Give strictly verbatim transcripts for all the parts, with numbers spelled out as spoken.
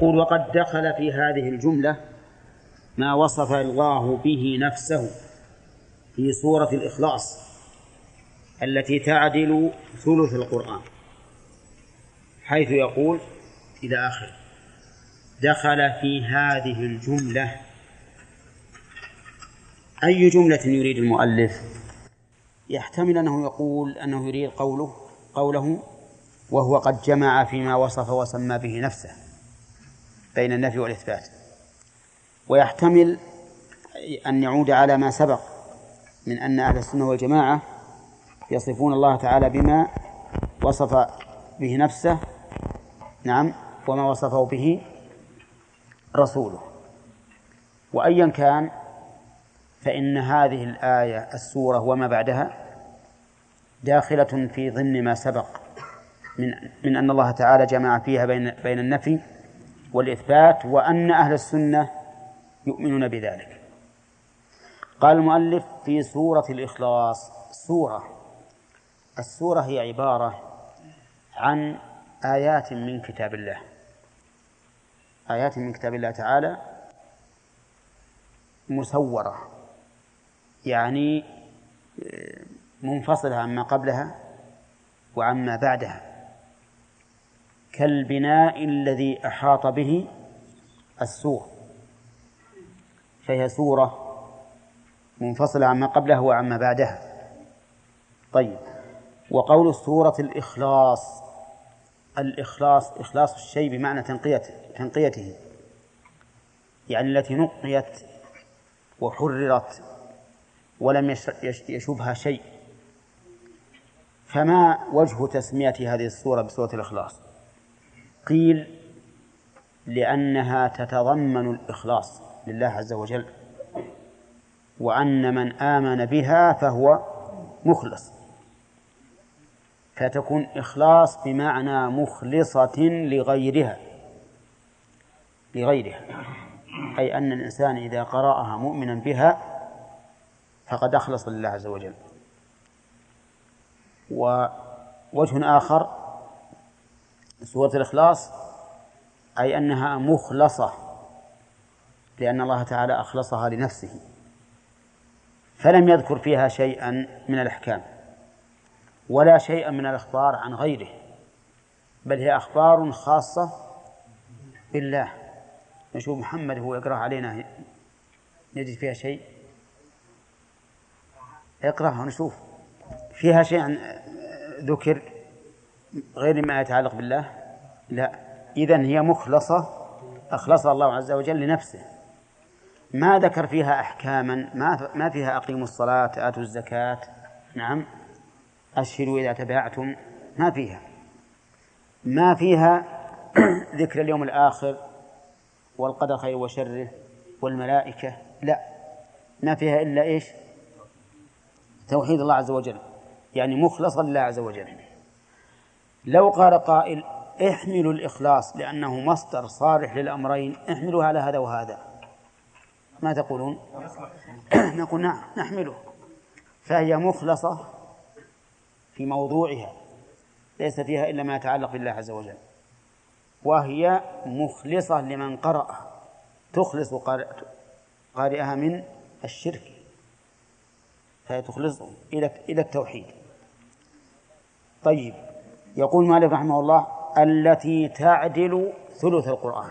يقول: وقد دخل في هذه الجملة ما وصف الله به نفسه في سورة الإخلاص التي تعدل ثلث القرآن، حيث يقول إلى آخر: دخل في هذه الجملة. أي جملة يريد المؤلف؟ يحتمل أنه يقول أنه يريد قوله قوله وهو قد جمع فيما وصف وسمى به نفسه بين النفي والإثبات، ويحتمل أن يعود على ما سبق من أن أهل السنة والجماعة يصفون الله تعالى بما وصف به نفسه، نعم، وما وصفه به رسوله. وأيا كان فإن هذه الآية السورة وما بعدها داخلة في ضمن ما سبق من من أن الله تعالى جمع فيها بين بين النفي والإثبات، وأن أهل السنة يؤمنون بذلك. قال المؤلف: في سورة الإخلاص. سورة السورة هي عبارة عن آيات من كتاب الله، آيات من كتاب الله تعالى مسورة، يعني منفصلة عما قبلها وعما بعدها، كالبناء الذي أحاط به السور، فهي سورة منفصلة عما قبلها وعما بعدها. طيب، وقول السورة الإخلاص، الإخلاص إخلاص الشيء بمعنى تنقيته تنقيته يعني التي نقيت وحررت ولم يشوبها شيء. فما وجه تسمية هذه السورة بسورة الإخلاص؟ قيل: لأنها تتضمن الإخلاص لله عز وجل، وأن من آمن بها فهو مخلص، فتكون إخلاص بمعنى مخلصة لغيرها لغيرها أي أن الإنسان إذا قرأها مؤمنا بها فقد أخلص لله عز وجل. ووجه آخر سورة الإخلاص أي أنها مخلصة، لأن الله تعالى أخلصها لنفسه، فلم يذكر فيها شيئا من الأحكام ولا شيئا من الأخبار عن غيره، بل هي أخبار خاصة بالله. نشوف محمد هو يقرأ علينا نجد فيها شيء، اقرأها ونشوف فيها شيء ذكر غير ما يتعلق بالله؟ لا. إذن هي مخلصة، أخلصها الله عز وجل لنفسه، ما ذكر فيها أحكاما، ما ما فيها أقيموا الصلاة آتوا الزكاة، نعم، أشهدوا إذا تبايعتم، ما فيها ما فيها ذكر اليوم الآخر والقدر خير وشره والملائكة، لا، ما فيها إلا إيش؟ توحيد الله عز وجل، يعني مخلصا لله عز وجل. لو قال قائل: احملوا الإخلاص لأنه مصدر صالح للأمرين، احملوا على هذا وهذا، ما تقولون؟ نقول نعم، نحمله، فهي مخلصة في موضوعها، ليس فيها إلا ما يتعلق بالله عز وجل، وهي مخلصة لمن قرأ، تخلص قارئها من الشرك، فهي تخلصه إلى إلى التوحيد. طيب، يقول مالك رحمه الله: التي تعدل ثلث القرآن.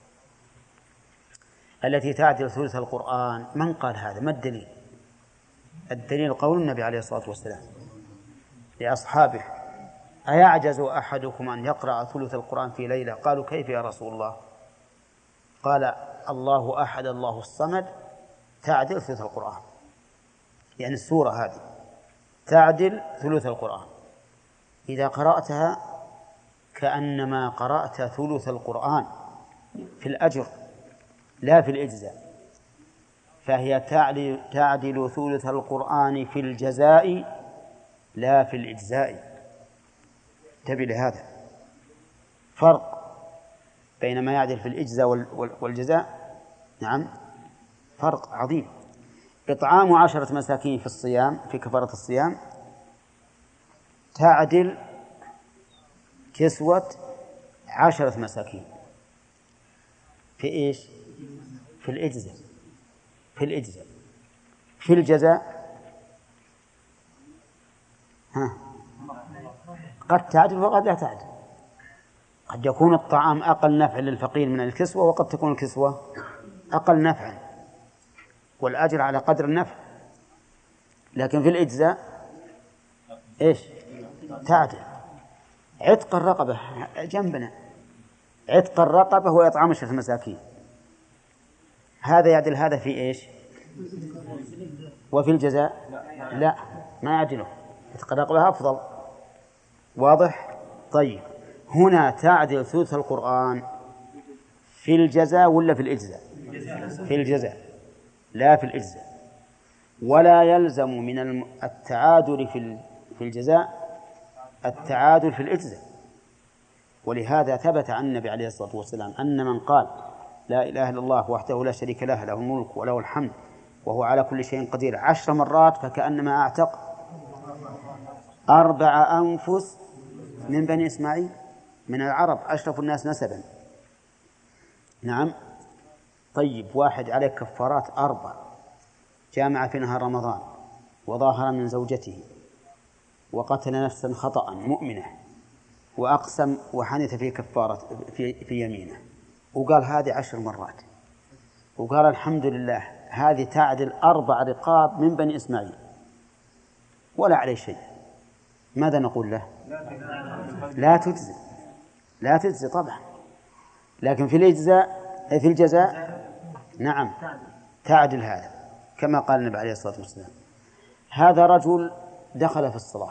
التي تعدل ثلث القرآن، من قال هذا؟ ما الدليل؟ الدليل قول النبي عليه الصلاة والسلام لأصحابه: أيعجز أحدكم أن يقرأ ثلث القرآن في ليلة؟ قالوا: كيف يا رسول الله؟ قال: الله أحد الله الصمد تعدل ثلث القرآن، يعني السورة هذه تعدل ثلث القرآن، إذا قرأتها كأنما قرأت ثلث القرآن في الأجر لا في الإجزاء، فهي تعدل, تعدل ثلث القرآن في الجزاء لا في الإجزاء. انتبه لهذا، فرق بين ما يعدل في الإجزاء والجزاء، نعم، فرق عظيم. إطعام عشرة مساكين في الصيام، في كفارة الصيام، تعدل كسوة عشرة مساكين، في إيش؟ في الإجزاء. في الإجزاء. في الجزاء ها قد تعدل وقد لا تعدل. قد يكون الطعام أقل نفع للفقير من الكسوة، وقد تكون الكسوة أقل نفعا، والأجر على قدر النفع. لكن في الإجزاء إيش؟ تعدل. عتق الرقبة جنبنا، عتق الرقبة هو إطعام عشرة مساكين، هذا يعدل هذا في إيش؟ وفي الجزاء لا، ما يعدله، عتق الرقبة أفضل. واضح؟ طيب، هنا تعدل ثلث القرآن في الجزاء ولا في الإجزاء؟ في الجزاء لا في الإجزاء. ولا يلزم من التعادل في الجزاء التعادل في الإجزاء. ولهذا ثبت عن النبي عليه الصلاة والسلام أن من قال لا إله إلا الله وحده لا شريك له، له الملك وله الحمد وهو على كل شيء قدير، عشر مرات فكأنما أعتق أربع أنفس من بني إسماعيل، من العرب أشرف الناس نسبا. نعم. طيب، واحد عليه كفارات أربع، جامع في نهار رمضان وظاهر من زوجته وقتل نفسا خطأ مؤمنة وأقسم وحنث في كفارة في, في يمينه، وقال هذه عشر مرات، وقال الحمد لله، هذه تعدل أربع رقاب من بني إسماعيل ولا عليه شيء. ماذا نقول له؟ لا تجزي، لا تجزي طبعا. لكن في الإجزاء في الجزاء نعم تعدل هذا، كما قال النبي عليه الصلاة والسلام. هذا رجل دخل في الصلاة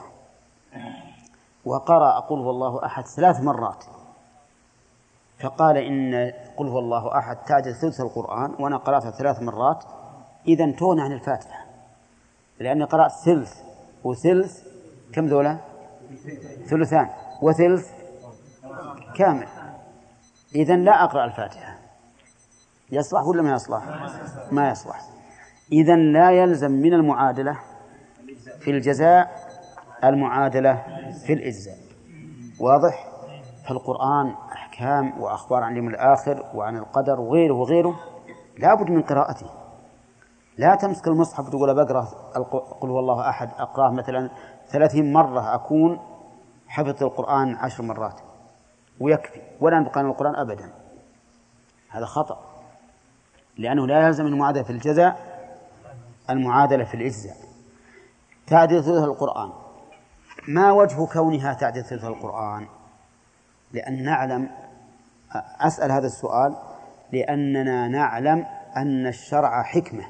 وقرأ قل هو الله أحد ثلاث مرات، فقال إن قل هو الله أحد تعدل ثلث القرآن وأنا قرأتها ثلاث مرات، إذن تغنى عن الفاتحة، لأني قرأت ثلث وثلث، كم ذولا؟ ثلثان وثلث كامل، إذن لا أقرأ الفاتحة. يصلح ولا ما يصلح؟ ما يصلح. إذن لا يلزم من المعادلة في الجزاء المعادلة في الإجزاء. واضح؟ فالقرآن أحكام وأخبار عن اليوم الآخر وعن القدر وغيره وغيره، لا بد من قراءته. لا تمسك المصحف تقول بقرأ قل هو الله أحد أقرأه مثلا ثلاثين مرة، أكون حفظت القرآن عشر مرات ويكفي ولا نبقى عن القرآن أبدا. هذا خطأ، لأنه لا يلزم المعادلة في الجزاء المعادلة في الإجزاء. تعديل ثلث القرآن، ما وجه كونها تعديل ثلث القرآن؟ لأن نعلم، أسأل هذا السؤال لأننا نعلم أن الشرع حكمة،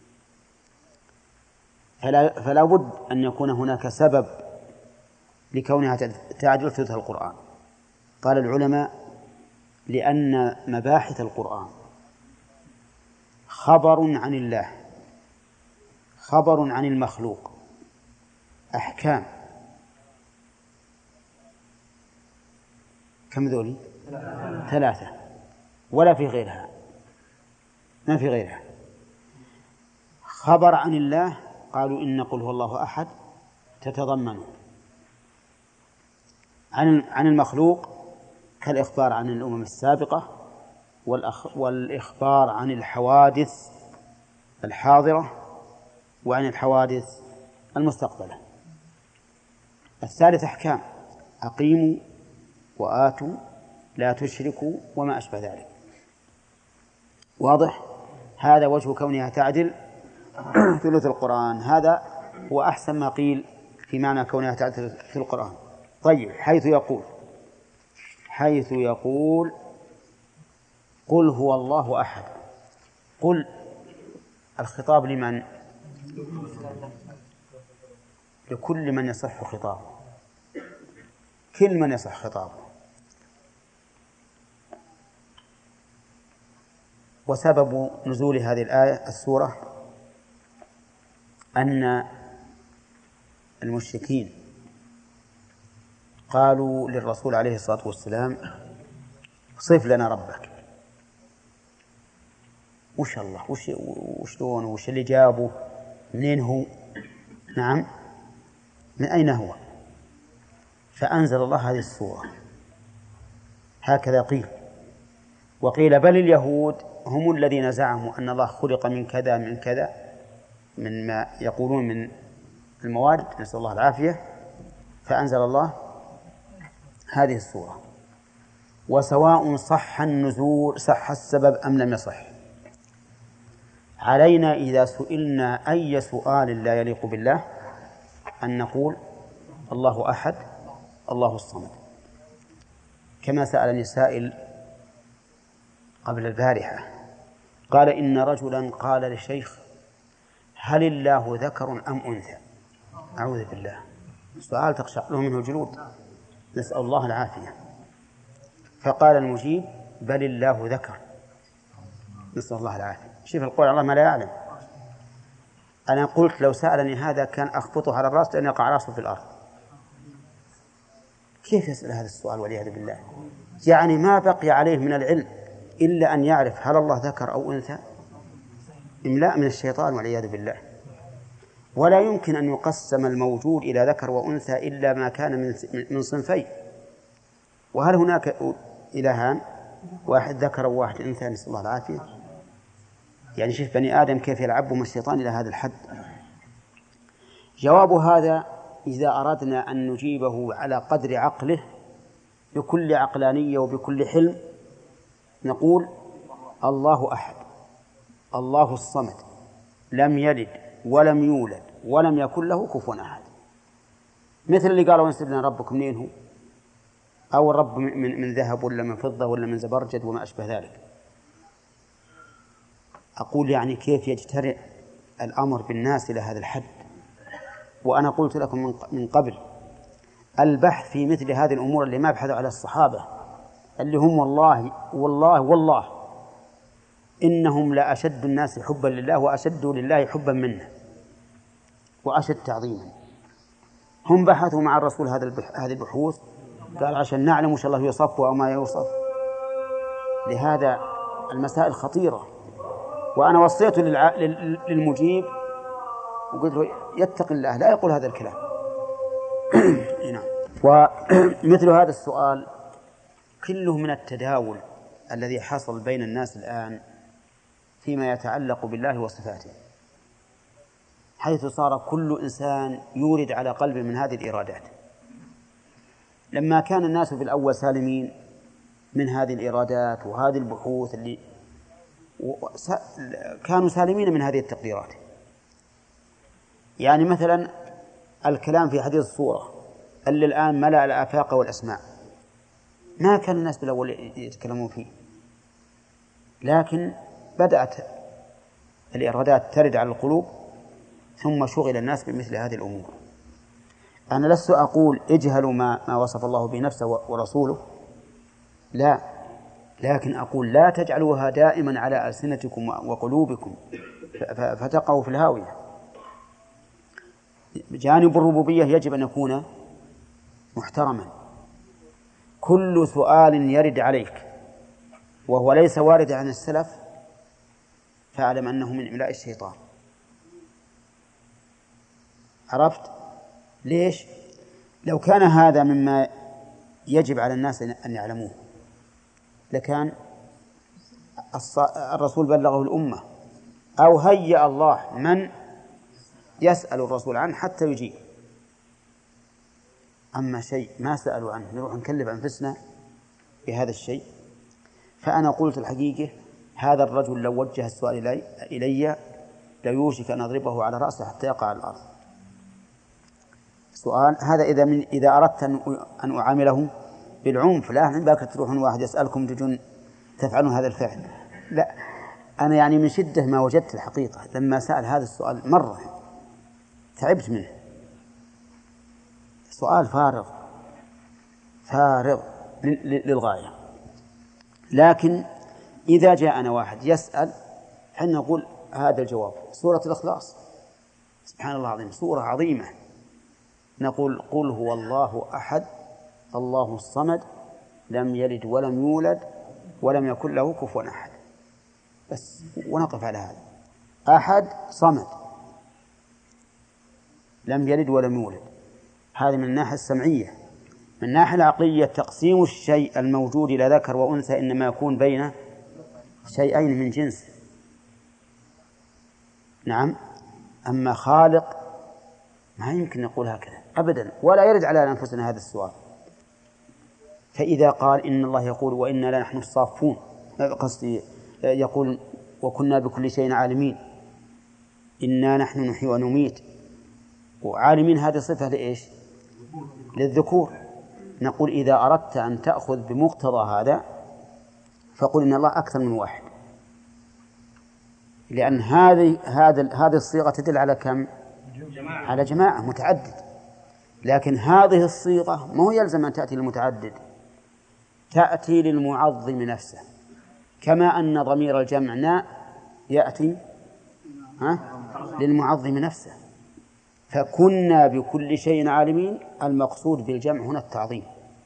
فلا, فلا بد أن يكون هناك سبب لكونها تعديل ثلث القرآن. قال العلماء لأن مباحث القرآن خبر عن الله، خبر عن المخلوق، أحكام. كم ذولي؟ ثلاثة، ولا في غيرها، ما في غيرها. خبر عن الله، قالوا إن قل هو الله أحد تتضمن. عن عن المخلوق كالإخبار عن الأمم السابقة والإخبار عن الحوادث الحاضرة وعن الحوادث المستقبلة. الثالث أحكام، أقيموا وآتوا لا تشركوا وما أشبه ذلك. واضح؟ هذا وجه كونها تعدل ثلث القرآن، هذا هو أحسن ما قيل في معنى كونها تعدل في القرآن. طيب، حيث يقول حيث يقول قل هو الله أحد، قل الخطاب لمن؟ لكل من يصح خطابه، كل من يصح خطابه. وسبب نزول هذه الآية السورة أن المشركين قالوا للرسول عليه الصلاة والسلام صف لنا ربك. وش الله وش وشلون وش اللي جابه منين هو؟ نعم، من أين هو؟ فأنزل الله هذه السورة، هكذا قيل. وقيل بل اليهود هم الذين زعموا أن الله خلق من كذا من كذا من ما يقولون من المواد، نسأل الله العافية، فأنزل الله هذه السورة. وسواء صح النزول صح السبب أم لم يصح، علينا إذا سئلنا أي سؤال لا يليق بالله أن نقول الله أحد الله الصمد، كما سألني سائل قبل البارحة قال إن رجلا قال للشيخ هل الله ذكر أم أنثى؟ أعوذ بالله، سؤال تخشع له منه الجلود، نسأل الله العافية. فقال المجيب بل الله ذكر، نسأل الله العافية. شوف القول الله ما لا يعلم. أنا قلت لو سألني هذا كان أخبطه على الرأس لأن يقع رأسه في الأرض. كيف يسأل هذا السؤال والعياذ بالله؟ يعني ما بقي عليه من العلم إلا أن يعرف هل الله ذكر أو أنثى؟ إملاء من الشيطان والعياذ بالله. ولا يمكن أن يقسم الموجود إلى ذكر وأنثى إلا ما كان من من صنفين. وهل هناك إلهان، واحد ذكر وواحد أنثى؟ نسأل الله العافية. يعني شوف بني آدم كيف يلعبهم الشيطان إلى هذا الحد. جواب هذا إذا أردنا أن نجيبه على قدر عقله بكل عقلانية وبكل حلم نقول الله أحد الله الصمد لم يلد ولم يولد ولم يكن له كفوا أحد، مثل اللي قالوا انسب لنا ربك منين هو، أو الرب من, من ذهب ولا من فضة ولا من زبرجد وما أشبه ذلك. أقول يعني كيف يجترئ الأمر بالناس إلى هذا الحد؟ وأنا قلت لكم من قبل البحث في مثل هذه الأمور اللي ما بحثوا على الصحابة اللي هم والله والله والله إنهم لا أشد الناس حبا لله وأشد لله حبا منه وأشد تعظيما. هم بحثوا مع الرسول هذه البحوث قال عشان نعلم وش الله يوصف أو ما يوصف. لهذا المسائل خطيرة. وأنا وصيت للمجيب وقلت له يتقي الله لا يقول هذا الكلام. نعم. ومثل هذا السؤال كله من التداول الذي حصل بين الناس الآن فيما يتعلق بالله وصفاته، حيث صار كل إنسان يورد على قلبه من هذه الإرادات. لما كان الناس في الأول سالمين من هذه الإرادات وهذه البحوث اللي كانوا سالمين من هذه التقديرات. يعني مثلا الكلام في حديث الصورة اللي الآن ملأ الآفاق والأسماع، ما كان الناس بالأول يتكلمون فيه، لكن بدأت الإرادات ترد على القلوب ثم شغل الناس بمثل هذه الأمور. أنا لست أقول اجهلوا ما, ما وصف الله به نفسه ورسوله، لا، لكن أقول لا تجعلوها دائما على ألسنتكم وقلوبكم فتقعوا في الهاوية. جانب الربوبية يجب أن يكون محترما. كل سؤال يرد عليك وهو ليس وارد عن السلف فاعلم أنه من إملاء الشيطان. عرفت ليش؟ لو كان هذا مما يجب على الناس أن يعلموه لكان الرسول بلغه الأمة، أو هيأ الله من يسأل الرسول عنه حتى يجيب. أما شيء ما سألوا عنه نروح نكلف أنفسنا بهذا الشيء. فأنا قلت الحقيقة هذا الرجل لو وجه السؤال إلي, إلي ليوشك أن أضربه على رأسه حتى يقع على الأرض. سؤال هذا إذا, من إذا أردت أن أعامله بالعنف، لا من باك تروحون واحد يسألكم تجون تفعلون هذا الفعل، لا. أنا يعني من شدة ما وجدت الحقيقة لما سأل هذا السؤال مرة تعبت منه. سؤال فارغ فارغ للغاية. لكن إذا جاءنا واحد يسأل حين نقول هذا الجواب سورة الإخلاص، سبحان الله العظيم سورة عظيمة، نقول قل هو الله أحد الله الصمد لم يلد ولم يولد ولم يكن له كفوا أحد، بس ونقف على هذا. أحد صمد لم يلد ولم يولد، هذه من الناحية السمعية. من الناحية العقلية تقسيم الشيء الموجود إلى ذكر وأنثى إنما يكون بين شيئين من جنس. نعم. أما خالق ما يمكن نقول هكذا أبدا، ولا يرد على أنفسنا هذا السؤال. فإذا قال إن الله يقول وإنا لنحن الصافون، قصدي يقول وكنا بكل شيء عالمين، إنا نحن نحيي ونميت، وعالمين هذه صفة لإيش؟ للذكور. نقول إذا أردت أن تأخذ بمقتضى هذا فقل إن الله أكثر من واحد، لأن هذه هذا هذه الصيغة تدل على كم؟ جماعة. على جماعة متعدد. لكن هذه الصيغة ما هو يلزم أن تأتي للمتعدد، تأتي للمعظم نفسه، كما أن ضمير الجمع نا يأتي ها للمعظم نفسه. فكنا بكل شيء عالمين، المقصود بالجمع هنا التعظيم،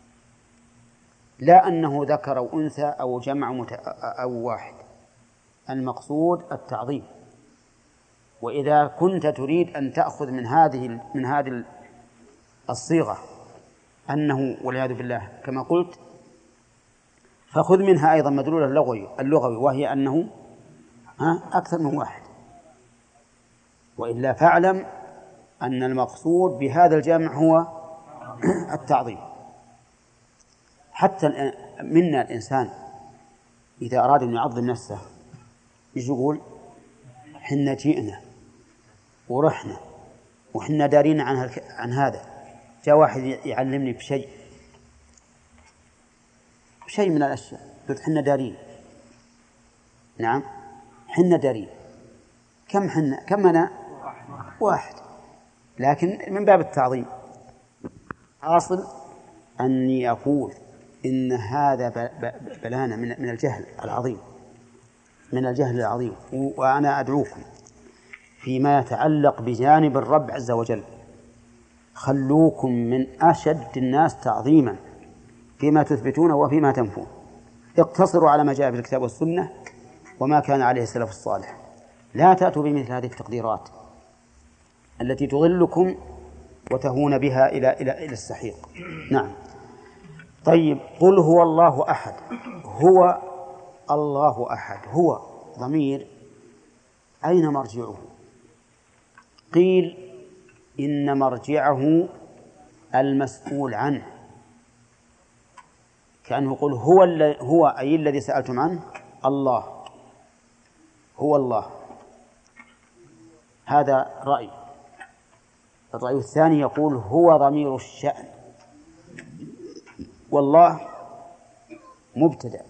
لا أنه ذكر أو أنثى أو جمع مت... أو واحد، المقصود التعظيم. وإذا كنت تريد أن تأخذ من هذه من هذه الصيغة أنه والعياذ بالله كما قلت، فخذ منها أيضا مدلول اللغوي اللغوي وهي أنه ها أكثر من واحد. وإلا فاعلم أن المقصود بهذا الجمع هو التعظيم. حتى منا الإنسان إذا أراد أن يعظم نفسه يجي يقول حنا جئنا ورحنا وحنا دارين عن, عن هذا. جاء واحد يعلمني بشيء شيء من الأشياء، قلت حنا دارين. نعم حنا دارين. كم حنا؟ كم أنا؟ واحد، لكن من باب التعظيم. حاصل أني أقول إن هذا بلانا من الجهل العظيم، من الجهل العظيم. وأنا أدعوكم فيما يتعلق بجانب الرب عز وجل خلوكم من أشد الناس تعظيما فيما تثبتون وفيما تنفون. اقتصروا على ما جاء في الكتاب والسنة وما كان عليه السلف الصالح، لا تأتوا بمثل هذه التقديرات التي تضلكم وتهون بها إلى إلى إلى السحيق. نعم. طيب، قل هو الله أحد. هو الله أحد، هو ضمير أين مرجعه؟ قيل إن مرجعه المسؤول عنه، كأنه يقول هو هو أي الذي سألتم عنه الله، هو الله. هذا رأي. الرأي الثاني يقول هو ضمير الشأن، والله مبتدأ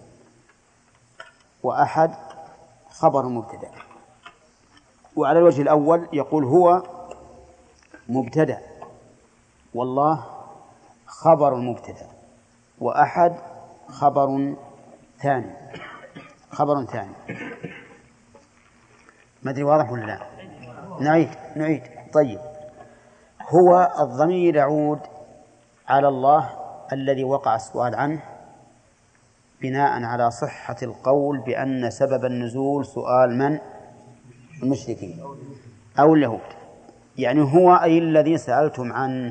وأحد خبر مبتدأ. وعلى الوجه الأول يقول هو مبتدأ والله خبر مبتدأ وأحد خبر ثاني خبر ثاني ما أدري واضح ولا لا؟ نعيد نعيد طيب. هو الضمير يعود على الله الذي وقع السؤال عنه بناء على صحة القول بأن سبب النزول سؤال من؟ المشركين أو اليهود. يعني هو أي الذي سألتم عنه.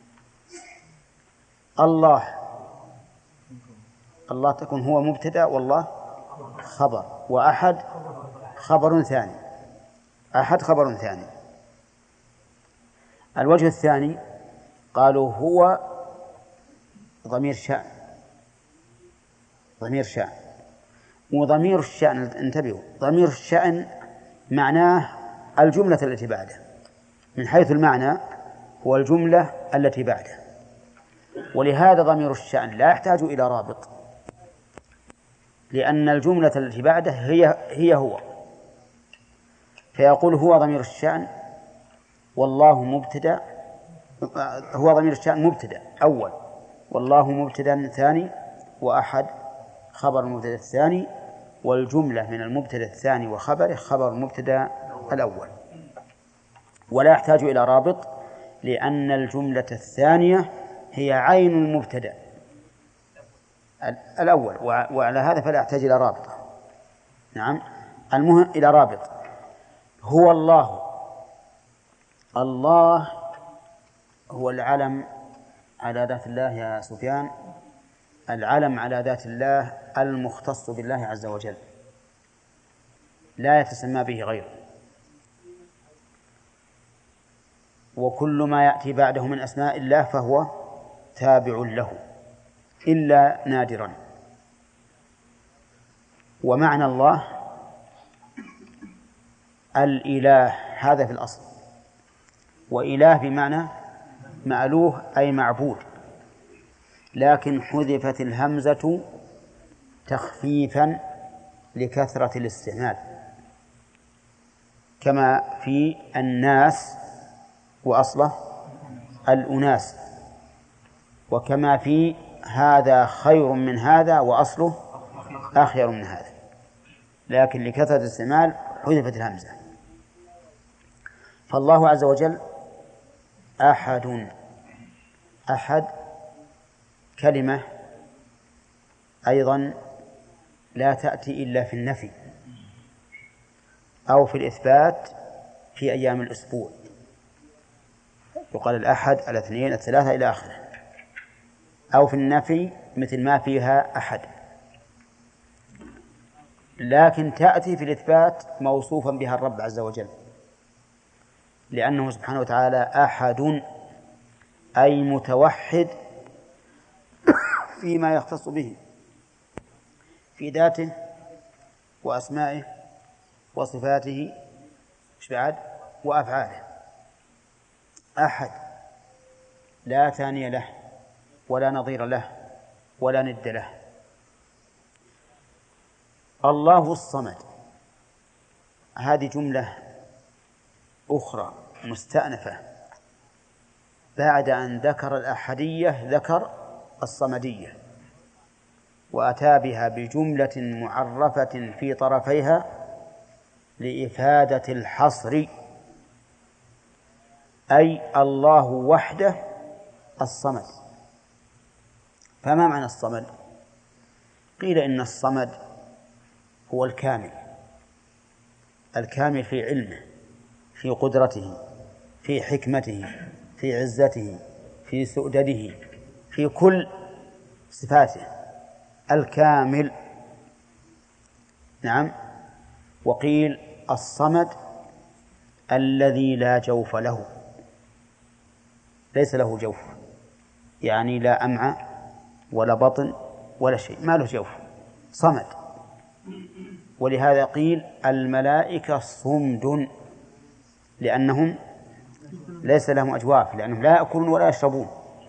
الله الله تكون هو مبتدأ والله خبر، وأحد خبر ثاني أحد خبر ثاني. الوجه الثاني قالوا هو ضمير شأن ضمير شأن وضمير الشأن انتبهوا، ضمير الشأن معناه الجملة التي بعده، من حيث المعنى هو الجملة التي بعده، ولهذا ضمير الشأن لا يحتاج إلى رابط، لأن الجملة التي بعده هي هي هو. فيقول هو ضمير الشأن والله مبتدأ، هو ضمير الشأن مبتدأ أول، والله مبتدأ ثاني، وأحد خبر المبتدأ الثاني، والجملة من المبتدأ الثاني وخبره خبر المبتدأ الأول، ولا يحتاج إلى رابط لأن الجملة الثانية هي عين المبتدأ الأول، وعلى هذا فلا يحتاج إلى رابط. نعم. المهم إلى رابط. هو الله، الله هو العلم على ذات الله يا سفيان، العلم على ذات الله المختص بالله عز وجل. لا يتسمى به غيره، وكل ما يأتي بعده من أسماء الله فهو تابع له إلا نادرا. ومعنى الله الإله هذا في الأصل، وإله بمعنى مألوه أي معبود، لكن حذفت الهمزة تخفيفا لكثرة الاستعمال، كما في الناس وأصله الأناس، وكما في هذا خير من هذا وأصله أخير من هذا، لكن لكثرة الاستعمال حذفت الهمزة. فالله عز وجل أحد. أحد كلمة أيضا لا تأتي إلا في النفي أو في الإثبات في أيام الأسبوع، يقال الأحد، الاثنين، الثلاثة إلى آخره، أو في النفي مثل ما فيها أحد، لكن تأتي في الإثبات موصوفا بها الرب عز وجل، لأنه سبحانه وتعالى أحد أي متوحد فيما يختص به في ذاته وأسمائه وصفاته وأفعاله. أحد لا ثاني له ولا نظير له ولا ند له. الله الصمد هذه جملة أخرى مستأنفة بعد أن ذكر الأحدية ذكر الصمدية، وأتى بها بجملة معرفة في طرفيها لإفادة الحصر، أي الله وحده الصمد. فما معنى الصمد؟ قيل إن الصمد هو الكامل، الكامل في علمه، في قدرته، في حكمته، في عزته، في سؤدده، في كل صفاته، الكامل. نعم. وقيل الصمد الذي لا جوف له، ليس له جوف، يعني لا أمعى ولا بطن ولا شيء، ما له جوف، صمد. ولهذا قيل الملائكة صمد، لأنهم ليس لهم أجواف، لأنهم لا يأكلون ولا يشربون.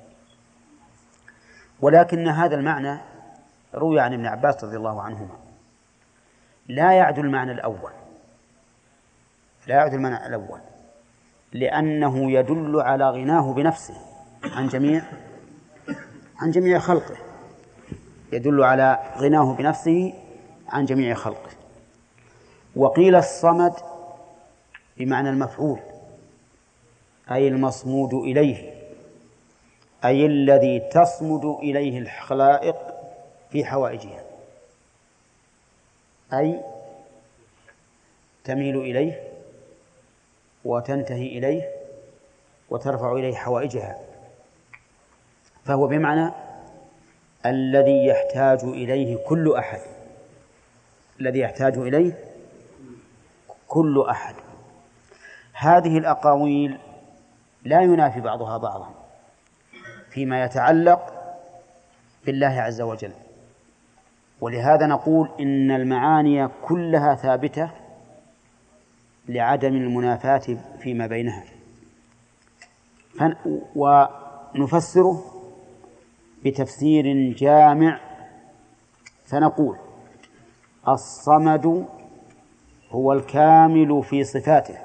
ولكن هذا المعنى روي عن ابن عباس رضي الله عنهما لا يعدل المعنى الأول، لا يعدل المعنى الأول لأنه يدل على غناه بنفسه عن جميع عن جميع خلقه، يدل على غناه بنفسه عن جميع خلقه. وقيل الصمد بمعنى المفعول، أي المصمود إليه، أي الذي تصمد إليه الخلائق في حوائجها، أي تميل إليه وتنتهي إليه وترفع إليه حوائجها، فهو بمعنى الذي يحتاج إليه كل أحد، الذي يحتاج إليه كل أحد. هذه الأقاويل لا ينافي بعضها بعضا فيما يتعلق بالله عز وجل، ولهذا نقول إن المعاني كلها ثابتة لعدم المنافاة فيما بينها. ونفسره بتفسير جامع فنقول الصمد هو الكامل في صفاته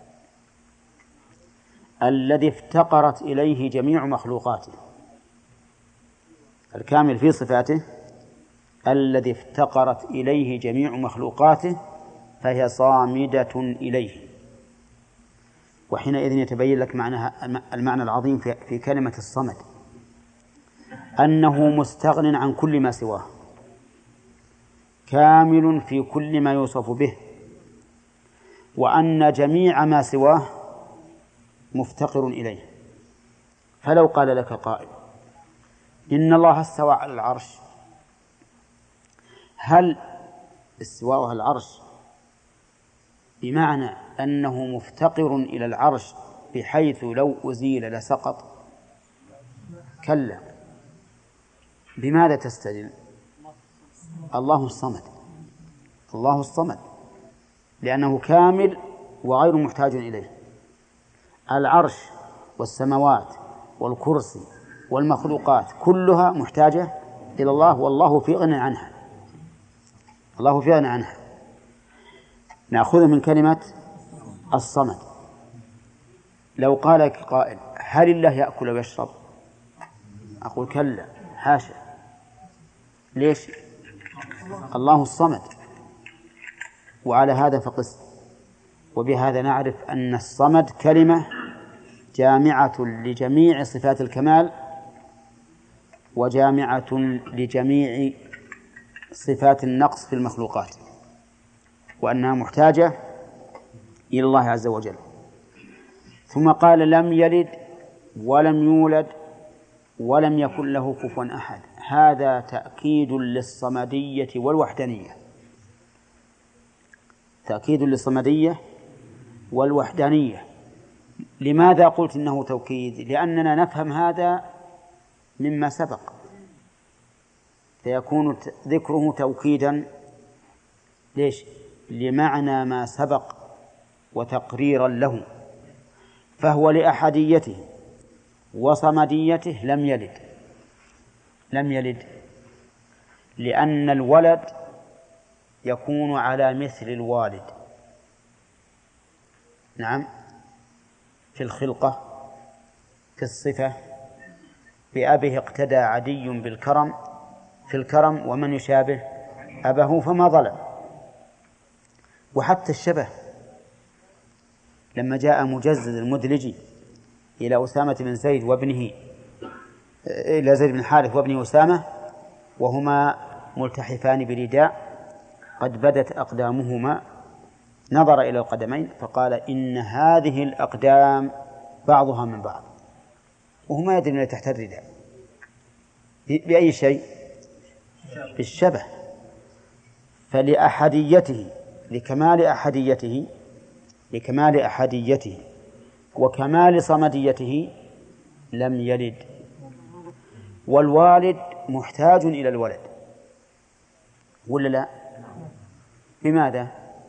الذي افتقرت إليه جميع مخلوقاته، الكامل في صفاته الذي افتقرت إليه جميع مخلوقاته فهي صامدة إليه. وحينئذ يتبين لك معنى المعنى العظيم في كلمة الصمد، أنه مستغن عن كل ما سواه، كامل في كل ما يوصف به، وأن جميع ما سواه مفتقر إليه. فلو قال لك قائل إن الله استوى على العرش، هل استواء على العرش بمعنى أنه مفتقر إلى العرش بحيث لو أزيل لسقط؟ كلا. بماذا تستدل؟ الله الصمد، الله الصمد لأنه كامل وغير محتاج إليه. العرش والسماوات والكرسي والمخلوقات كلها محتاجة إلى الله، والله في غنى عنها، الله في غنى عنها. نأخذ من كلمة الصمد. لو قال لك قائل هل الله يأكل ويشرب؟ أقول كلا، حاشا. ليش؟ الله الصمد. وعلى هذا فقس. وبهذا نعرف أن الصمد كلمة جامعة لجميع صفات الكمال وجامعة لجميع صفات النقص في المخلوقات، وأنها محتاجة إلى الله عز وجل. ثم قال لم يلد ولم يولد ولم يكن له كفوا أحد. هذا تأكيد للصمدية والوحدانية، تأكيد للصمدية والوحدانية. لماذا قلت إنه توكيد؟ لأننا نفهم هذا مما سبق، فيكون ذكره توكيدا ليش؟ لمعنى ما سبق وتقريرا له. فهو لأحديته وصمديته لم يلد، لم يلد لأن الولد يكون على مثل الوالد، نعم، في الخلقة، في الصفة. بأبه اقتدى عدي بالكرم في الكرم ومن يشابه أبه فما ظلم. وحتى الشبه، لما جاء مجزز المدلجي إلى أسامة بن زيد وابنه إلى زيد بن حارث وابنه أسامة وهما ملتحفان برداء قد بدت أقدامهما، نظر إلى القدمين فقال إن هذه الأقدام بعضها من بعض، وهما يدرون تحت الرداء. بأي شيء؟ بالشبه. فلأحديته، لكمال أحديته، لكمال أحديته وكمال صمديته لم يلد. والوالد محتاج إلى الولد ولا لا؟ بماذا؟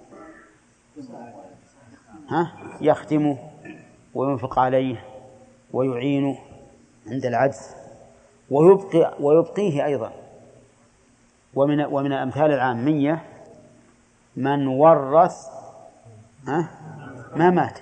ها؟ يخدمه وينفق عليه ويعينه عند العجز ويبقي ويبقيه أيضا. ومن ومن الأمثال العامية من ورث ها ما مات،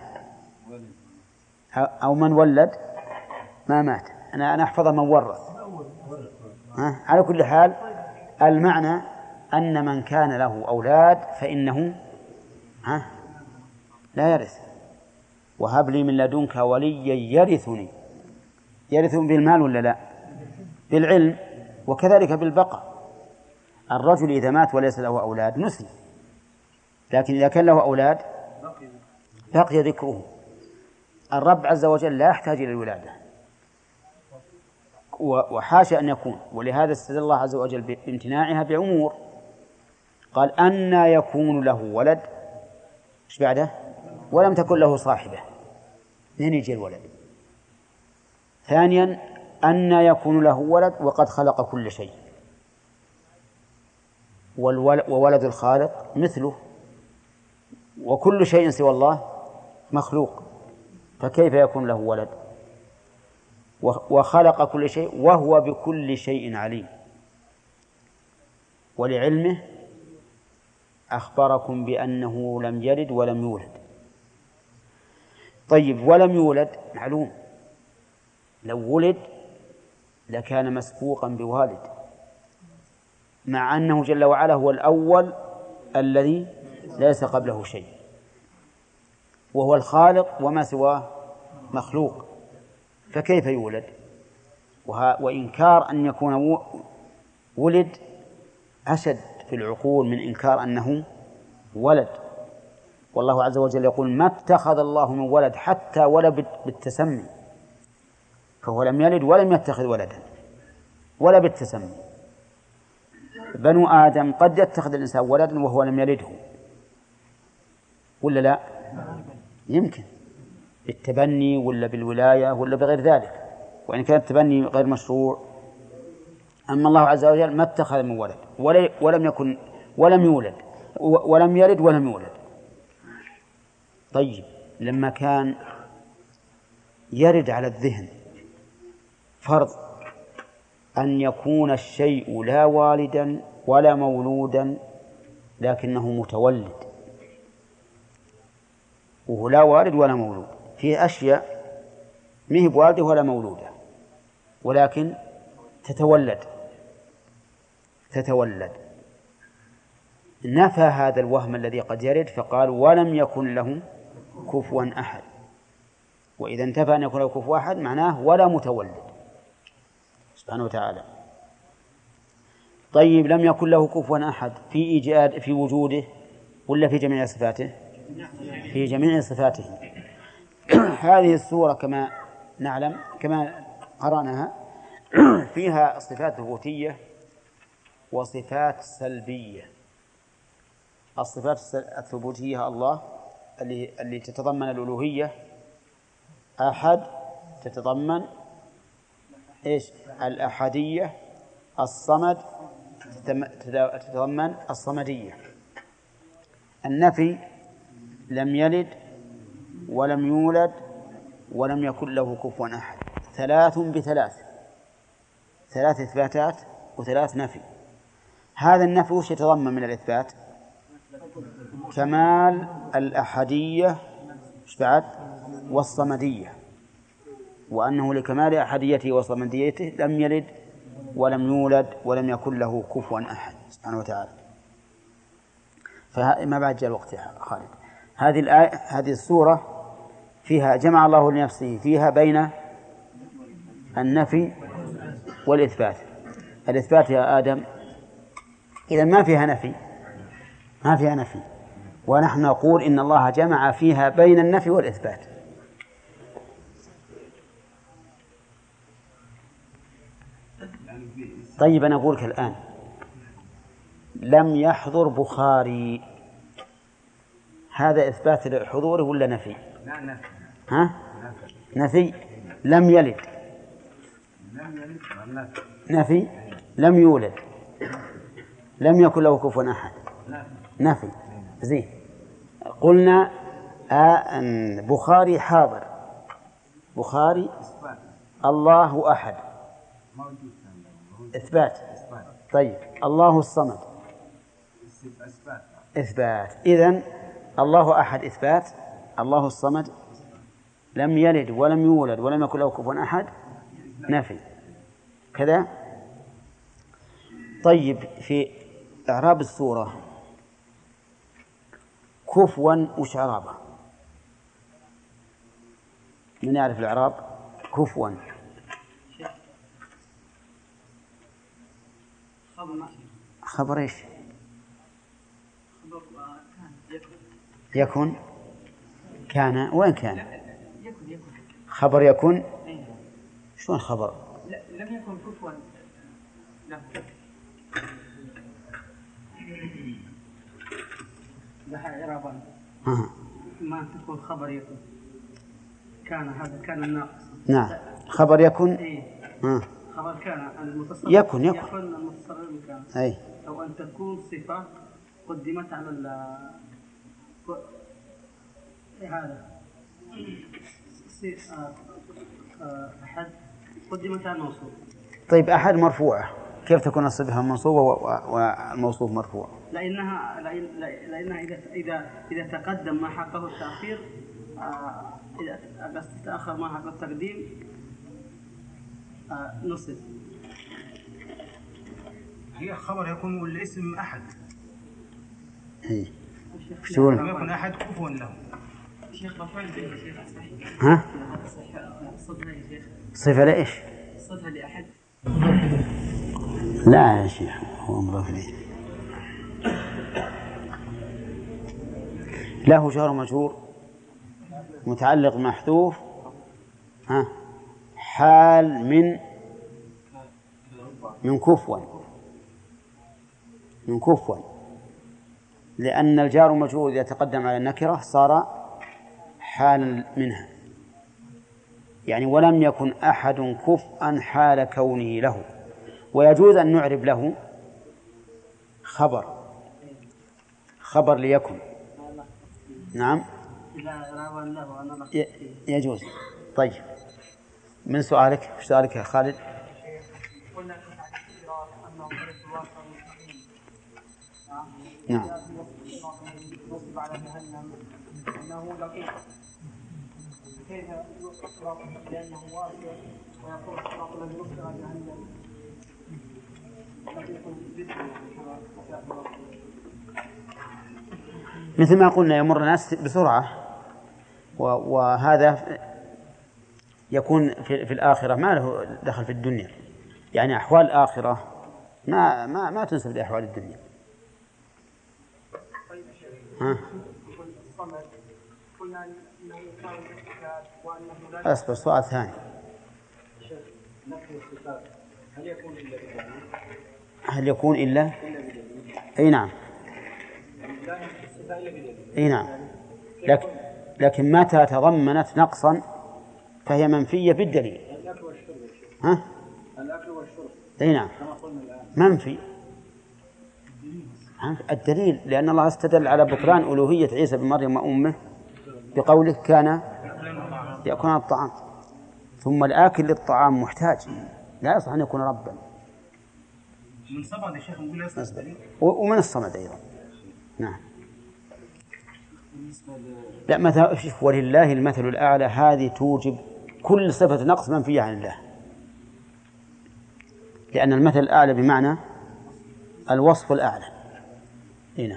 أو من ولد ما مات. أنا أنا أحفظ من ورث. ها؟ على كل حال المعنى أن من كان له أولاد فإنه ها لا يرث. وهب لي من لدنك وليا يرثني، يرثني بالمال ولا لا؟ بالعلم. وكذلك بالبقاء. الرجل إذا مات وليس له أولاد نسي، لكن إذا كان له أولاد بقي ذكره. الرب عز وجل لا يحتاج إلى الولادة، وحاشا أن يكون. ولهذا استدل الله عز وجل بامتناعها بأمور. قال أنى يكون له ولد، إيش بعده؟ ولم تكن له صاحبة، منين يجي الولد؟ ثانيا أنى يكون له ولد وقد خلق كل شيء، وولد الخالق مثله، وكل شيء سوى الله مخلوق، فكيف يكون له ولد؟ وخلق كل شيء وهو بكل شيء عليم، ولعلمه أخبركم بأنه لم يلد ولم يولد. طيب ولم يولد معلوم، لو ولد لكان مسبوقا بوالد، مع أنه جل وعلا هو الأول الذي ليس قبله شيء، وهو الخالق وما سواه مخلوق، فكيف يولد؟ وإنكار أن يكون ولد أشد في العقول من إنكار أنه ولد. والله عز وجل يقول ما اتخذ الله من ولد حتى ولا بالتسمي، فهو لم يلد ولم يتخذ ولدا ولا بالتسمي. بنو آدم قد يتخذ الإنسان ولدا وهو لم يلده، ولا لا؟ يمكن بالتبني ولا بالولاية ولا بغير ذلك، وإن كان التبني غير مشروع. أما الله عز وجل ما اتخذ من ولد ولم يكن ولم يولد ولم يلد ولم يولد. طيب لما كان يرد على الذهن فرض أن يكون الشيء لا والدا ولا مولودا لكنه متولد، وهو لا والد ولا مولود، فيه أشياء ما هي بوالده ولا مولودة ولكن تتولد تتولد نفى هذا الوهم الذي قد يرد فقال ولم يكن له كفوا أحد. وإذا انتفى أن يكون له كفوا أحد معناه ولا متولد سبحانه وتعالى. طيب لم يكن له كفوا أحد في إيجاد في وجوده ولا في جميع صفاته؟ في جميع صفاته. هذه السورة كما نعلم كما قرأناها فيها صفات ثبوتية وصفات سلبية. الصفات الثبوتية الله اللي, اللي تتضمن الألوهية، أحد تتضمن إيش؟ الأحدية، الصمد تتضمن الصمدية. النفي لم يلد ولم يولد ولم يكن له كفوا أحد، ثلاث بثلاث، ثلاث إثباتات وثلاث نفي. هذا النفي وش يتضمن من الإثبات؟ كمال الأحدية بعد والصمدية، وأنه لكمال أحديته وصمديته لم يلد ولم يولد ولم يكن له كفوا أحد سبحانه وتعالى. فما بعد جاء الوقت يا خالد. هذه الآية هذه السورة فيها جمع الله لنفسه فيها بين النفي والإثبات. الإثبات يا آدم إذا ما فيها نفي ما فيها نفي، ونحن نقول إن الله جمع فيها بين النفي والإثبات. طيب أنا أقولك الآن لم يحضر بخاري، هذا إثبات حضوره ولا نفي؟ لا نفي. ها؟ نفي. لم يلد لم يلد والنفي. نفي. لم يولد لم يكن له كفوا أحد نفي. زين قلنا آه بخاري حاضر، بخاري الله أحد إثبات. طيب الله الصمد إثبات. إذن الله أحد إثبات، الله الصمد لم يلد ولم يولد ولم يكن له كفوا أحد نفي كذا. طيب في إعراب السورة كفوا وش إعرابه؟ من يعرف الإعراب كفوا؟ خبر إيش؟ يكن. كان وين كان؟ خبر يكن. شلون خبر؟ لم يكن كفوا له. لها إعرابا ما تكون خبر يكن. كان هذا كان الناقص. نعم خبر يكن. إيه. آه. خبر كان المتصل يكن يكن, يكن المتصل بكان. أي. أو أن تكون صفة قدمت على ال هذا أحد قدمت على الموصوف. طيب أحد مرفوعة كيف تكون الصفة منصوبة والموصوف مرفوع؟ لأنها لأنها إذا إذا إذا تقدم ما حقه التأخير إذا تأخر ما حقه التقديم نصب. هي خبر يكون والاسم أحد. إيه. شلون؟ لم يكن أحد كفوا له. شيخ مفعول به يا شيخ صحيح. ها؟ صفة يا شيخ. صفة لإيش؟ صفة لأحد. لا يا شيخ هو مضاف إليه. له جار مجرور متعلق محذوف ها حال من من كفوا من كفوا لأن الجار والمجرور إذا تقدم على النكرة صار حالا منها، يعني ولم يكن أحد كفءا حال كونه له. ويجوز أن نعرب له خبر خبر ليكن. نعم يجوز. طيب من سؤالك؟ ايش سؤالك يا خالد؟ نعم. كيف يصرف لأنه واسع ويقول الصراط الذي وصف على جهنم مثل ما قلنا يمر الناس بسرعة، وهذا يكون في, في الآخرة ما له دخل في الدنيا، يعني أحوال الآخرة ما ما ما تنسب لأحوال الدنيا. ها؟ أصبر سؤال ثاني. هل يكون إلا هل يكون إلا أي نعم أي نعم لكن لكن متى تضمنت نقصا فهي منفية بالدليل. ها؟ الأكل والشرب أي نعم منفي الدليل، لأن الله استدل على بطلان ألوهية عيسى بن مريم وأمه بقوله كان يأكلون الطعام، ثم الآكل للطعام محتاج لا يصح أن يكون ربا. من صمد الشيخ نقول ومن الصمد أيضا. نعم. لا مثل ولله المثل الأعلى هذه توجب كل صفة نقص منفية عن الله، لأن المثل الأعلى بمعنى الوصف الأعلى. هنا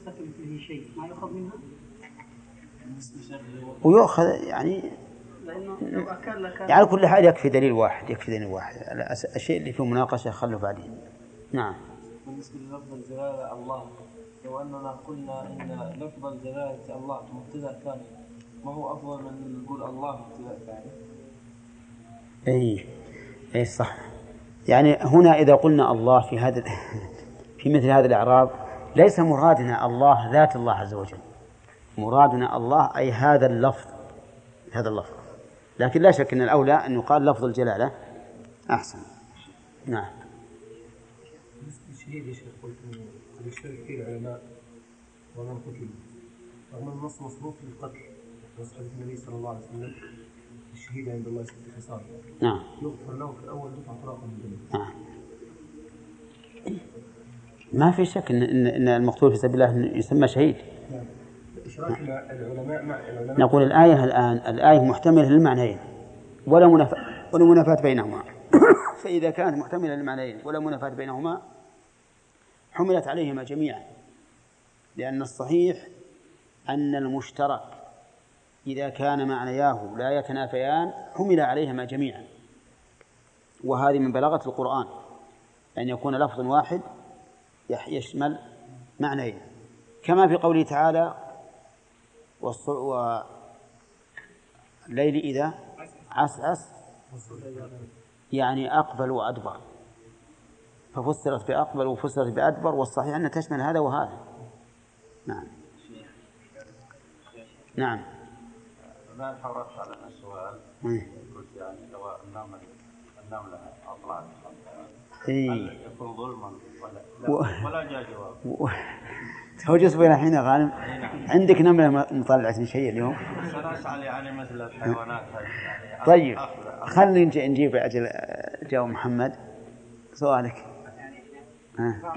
ويؤخذ يعني يعني كل حال يكفي دليل واحد يكفي دليل واحد. الشيء اللي فيه مناقشة خلوا بعدين. نعم. بالنسبة للفظ الجلالة الله، لو أننا قلنا إن لفظ الجلالة الله مبتدأ ثاني، ما هو أفضل من نقول الله مبتدأ ثاني؟ أي أي صح. يعني هنا إذا قلنا الله في هذا في مثل هذا الإعراب ليس مرادنا الله ذات الله عز وجل، مرادنا الله أي هذا اللفظ هذا اللفظ، لكن لا شك أن الأولى أن يقال لفظ الجلالة أحسن. نعم. الشهيد يا شيخ قلت أنه قد يشترك فيه العلماء ومن قتل رغم النص مصروف للقتل، وصحة النبي صلى الله عليه وسلم الشهيد عند الله ست خصال. نعم. يغفر له في أول دفعة طلاقا من الجنة. نعم. ما في شك إن إن المقتول في سبيل الله يسمى شهيد. نعم. إشراك العلماء مع العلماء. نقول الآية الآن الآية محتملة للمعنيين ولا منافاة ولا منافاة بينهما. فإذا كانت محتملة للمعنيين ولا منافاة بينهما حملت عليهما جميعا، لأن الصحيح أن المشترك إذا كان معنياه لا يتنافيان حمل عليهما جميعا، وهذه من بلاغة القرآن أن يكون لفظ واحد يشمل معنيين، كما في قوله تعالى والليل إذا عسعس يعني أقبل وأدبر، ففسرت بأقبل وفسرت بأدبر، والصحيح أن تشمل هذا وهذا. نعم. نعم. ما حرصت على السؤال قلت يعني لو النملة النملة أطلعت هل يكون ظلما ولا و... ولا جاء جواب؟ توجس بين الحين غانم عندك نملة مطلعت شيء اليوم؟ سنسأل يعني مثل الحيوانات يعني. طيب خلينا نجيب أجل جاوب محمد سؤالك. ها.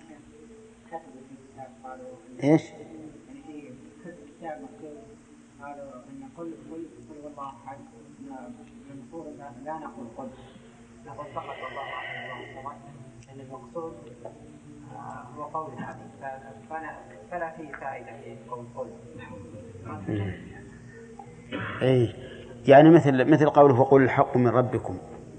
إيش؟ قل قل قل والله أحد من صورة لا نقول قل نقول فقط والله أحد الله الصمد، أن المقصود هو قول الحديث، فلا فيه فائدة في قول قل. أي يعني مثل مثل قوله وقل الحق من ربكم،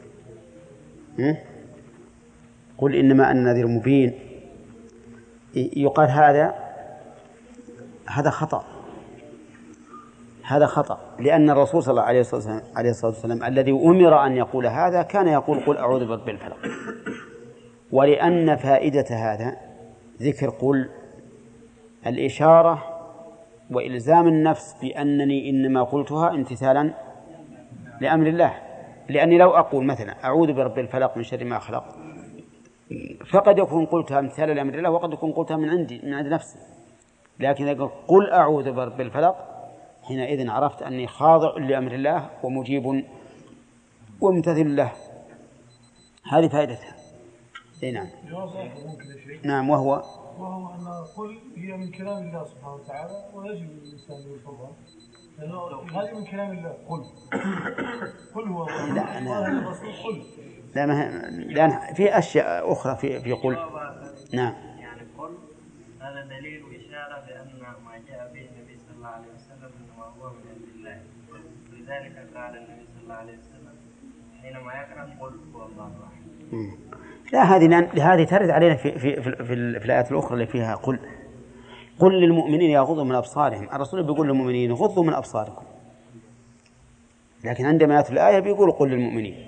قل إنما أنا نذير مبين، يقال هذا هذا خطأ هذا خطأ لأن الرسول صلى الله عليه وسلم, عليه الصلاة والسلام الذي أمر أن يقول هذا كان يقول قل أعوذ برب الفلق، ولأن فائدة هذا ذكر قل الإشارة وإلزام النفس بأنني إنما قلتها امتثالا لأمر الله. لأني لو أقول مثلا أعوذ برب الفلق من شر ما خلق، فقد يكون قلتها امتثالا لأمر الله وقد يكون قلتها من عندي من عند نفسي. لكن إذا قل أعوذ برب الفلق حينئذ عرفت أني خاضع لأمر الله ومجيب وممتثل له. هذه فائدتها. اي نعم. نعم. وهو وهو أن قل هي من كلام الله سبحانه وتعالى ويجب الإنسان يفضل هذه من كلام الله. قل قل هو لا أنا الرسول قل لا ما لأن في أشياء أخرى في في قل. نعم. يعني قل هذا دليل وإشارة بأن ما جاء به النبي صلى الله عليه وسلم إنما هو من عند الله. لذلك قال النبي صلى الله عليه وسلم حينما يقرأ قل هو الله أحد. لا هذه هذه ترد علينا في في في, في الآيات الأخرى اللي فيها قل قل للمؤمنين يغضوا من أبصارهم. الرسول بيقول للمؤمنين غضوا من أبصاركم، لكن عندما يأتي الآية بيقول قل للمؤمنين.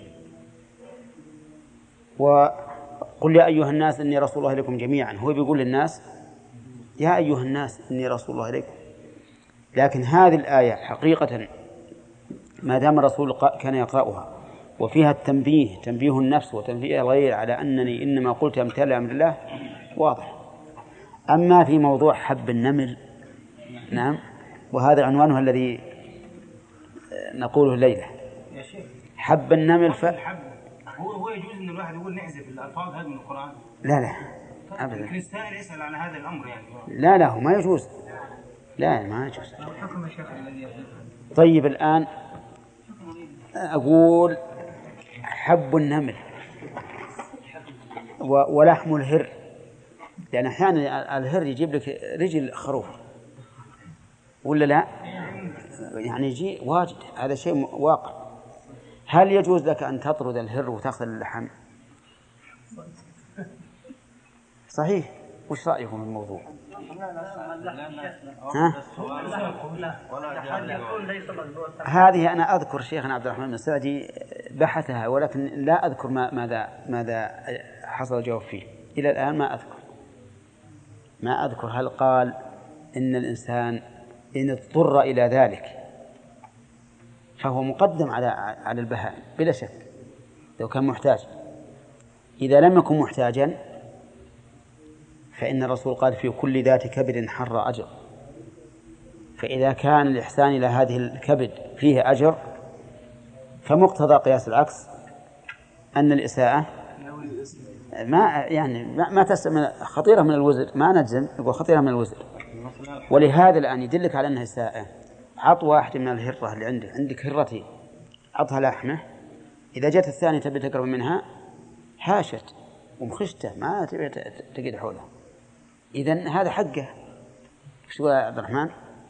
وقل يا أيها الناس إني رسول الله إليكم جميعا، هو بيقول للناس يا أيها الناس إني رسول الله إليكم. لكن هذه الآية حقيقة ما دام الرسول كان يقرأها وفيها التنبيه تنبيه النفس وتنبيه الغير على أنني إنما قلت امتثالا لأمر الله واضح. أما في موضوع حب النمل، نعم، وهذا عنوانه الذي نقوله الليلة. حب النمل ف... هو هو يجوز ان الواحد يقول نحذف الالفاظ هذه من القرآن؟ لا لا ابدا. لكن السائل يسأل عن هذا الامر يعني. لا لا هو ما يجوز. لا ما يجوز. طيب الآن أقول حب النمل ولحم الهر، لأن أحيانا الهر يجيب لك رجل خروف ولا لا؟ يعني يجي واجد، هذا شيء واقع. هل يجوز لك أن تطرد الهر وتأخذ اللحم؟ صحيح. وش رأيكم في الموضوع؟ ها؟ هذه أنا أذكر شيخنا عبد الرحمن السعدي بحثها، ولكن لا أذكر ما ماذا ماذا حصل الجواب فيه إلى الآن. ما أذكر ما أذكر هل قال إن الإنسان إن اضطر إلى ذلك فهو مقدم على على البهائم بلا شك لو كان محتاج. إذا لم يكن محتاجا فإن الرسول قال في كل ذات كبد حر أجر. فإذا كان الإحسان إلى هذه الكبد فيه أجر فمقتضى قياس العكس أن الإساءة ما يعني ما تسمى خطيرة من الوزر، ما نجزم يقول خطيرة من الوزر. ولهذا الآن يدلك على أنها إساءة. عط واحد من الهرة اللي عندك عندك هرتين، عطها لحمة، إذا جت الثانية تبي تقرب منها هاشت ومخشته ما تبي تقعد حولها. إذن هذا حقه. ايش تقول يا عبد الرحمن؟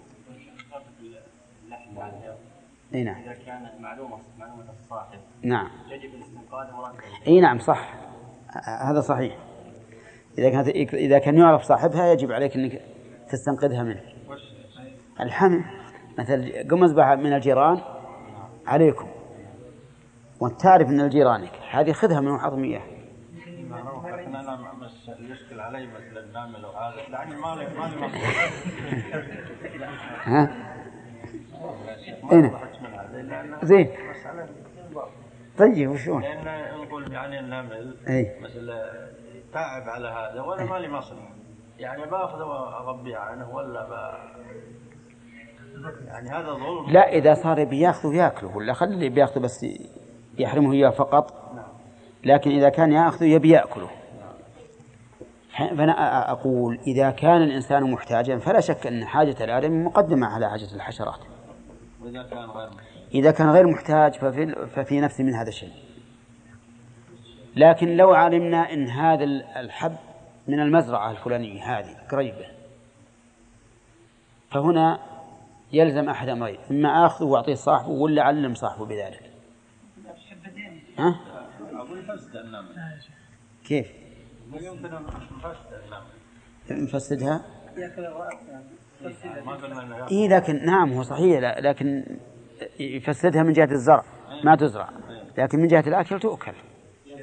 اي نعم. إذا كانت معلومة معلومة الصاحب نعم يجب الاستنقاذ ورده. اي نعم صح، هذا صحيح. إذا كانت إذا كان يعرف صاحبها يجب عليك أنك تستنقذها منه. الحمل مثل قم اذبح من الجيران عليكم وانت تعرف ان الجيرانك هذه خذها من وحط مياه. لكن انا مش يشكل علي مثل النامل وهذا يعني ما لي ما لي ها هنا زين. طيب وشون؟ لأن نقول يعني النمل أي. مثل تعب على هذا وأنا ما لي مصر يعني باخذه وأربيه عنه ولا ب... يعني هذا ظلم. لا إذا صار بياخذه يأكله ولا خلي بياخذه بس يحرمه إياه فقط. لكن إذا كان يأخذه يبي يأكله. فأنا أقول إذا كان الإنسان محتاجا فلا شك أن حاجة الآدم مقدمة على حاجة الحشرات. وإذا كان غير إذا كان غير محتاج ففي, ففي نفس من هذا الشيء. لكن لو علمنا أن هذا الحب من المزرعة الفلانية هذه قريبة فهنا يلزم أحد أمرين: إما آخذه وأعطيه صاحبه ولا علم صاحبه بذلك. ها؟ أقول فسد النمل. كيف؟ يمكن فسد النمل. نفسدها؟ ما قلنا إنه. إيه لكن نعم هو صحيح، لكن يفسدها من جهة الزرع ما تزرع، لكن من جهة الأكل تؤكل.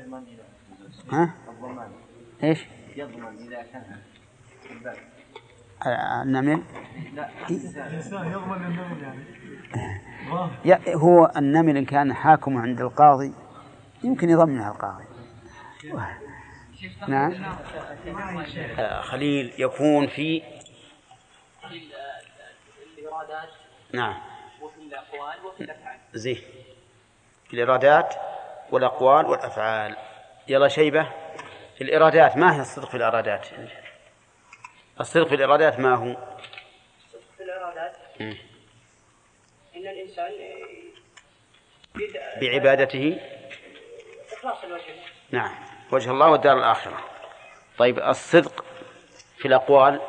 ها؟ إيش؟ يضمن إذا كان النمل الإنسان يضمن النمل يعني يا- هو النمل إن كان حاكم عند القاضي يمكن يضمن على القاضي. نعم. آه، خليل يكون في الإرادات نعم وفي الأقوال وفي الأفعال. زين، في الإرادات والأقوال والأفعال. يلا شيبة، في الإرادات ما هي الصدق في الإرادات؟ الصدق في الإرادات ما هو؟ الصدق في الإرادات م. إن الإنسان يد- بعبادته إخلاص الوجه. نعم، وجه الله والدار الآخرة. طيب الصدق في الأقوال؟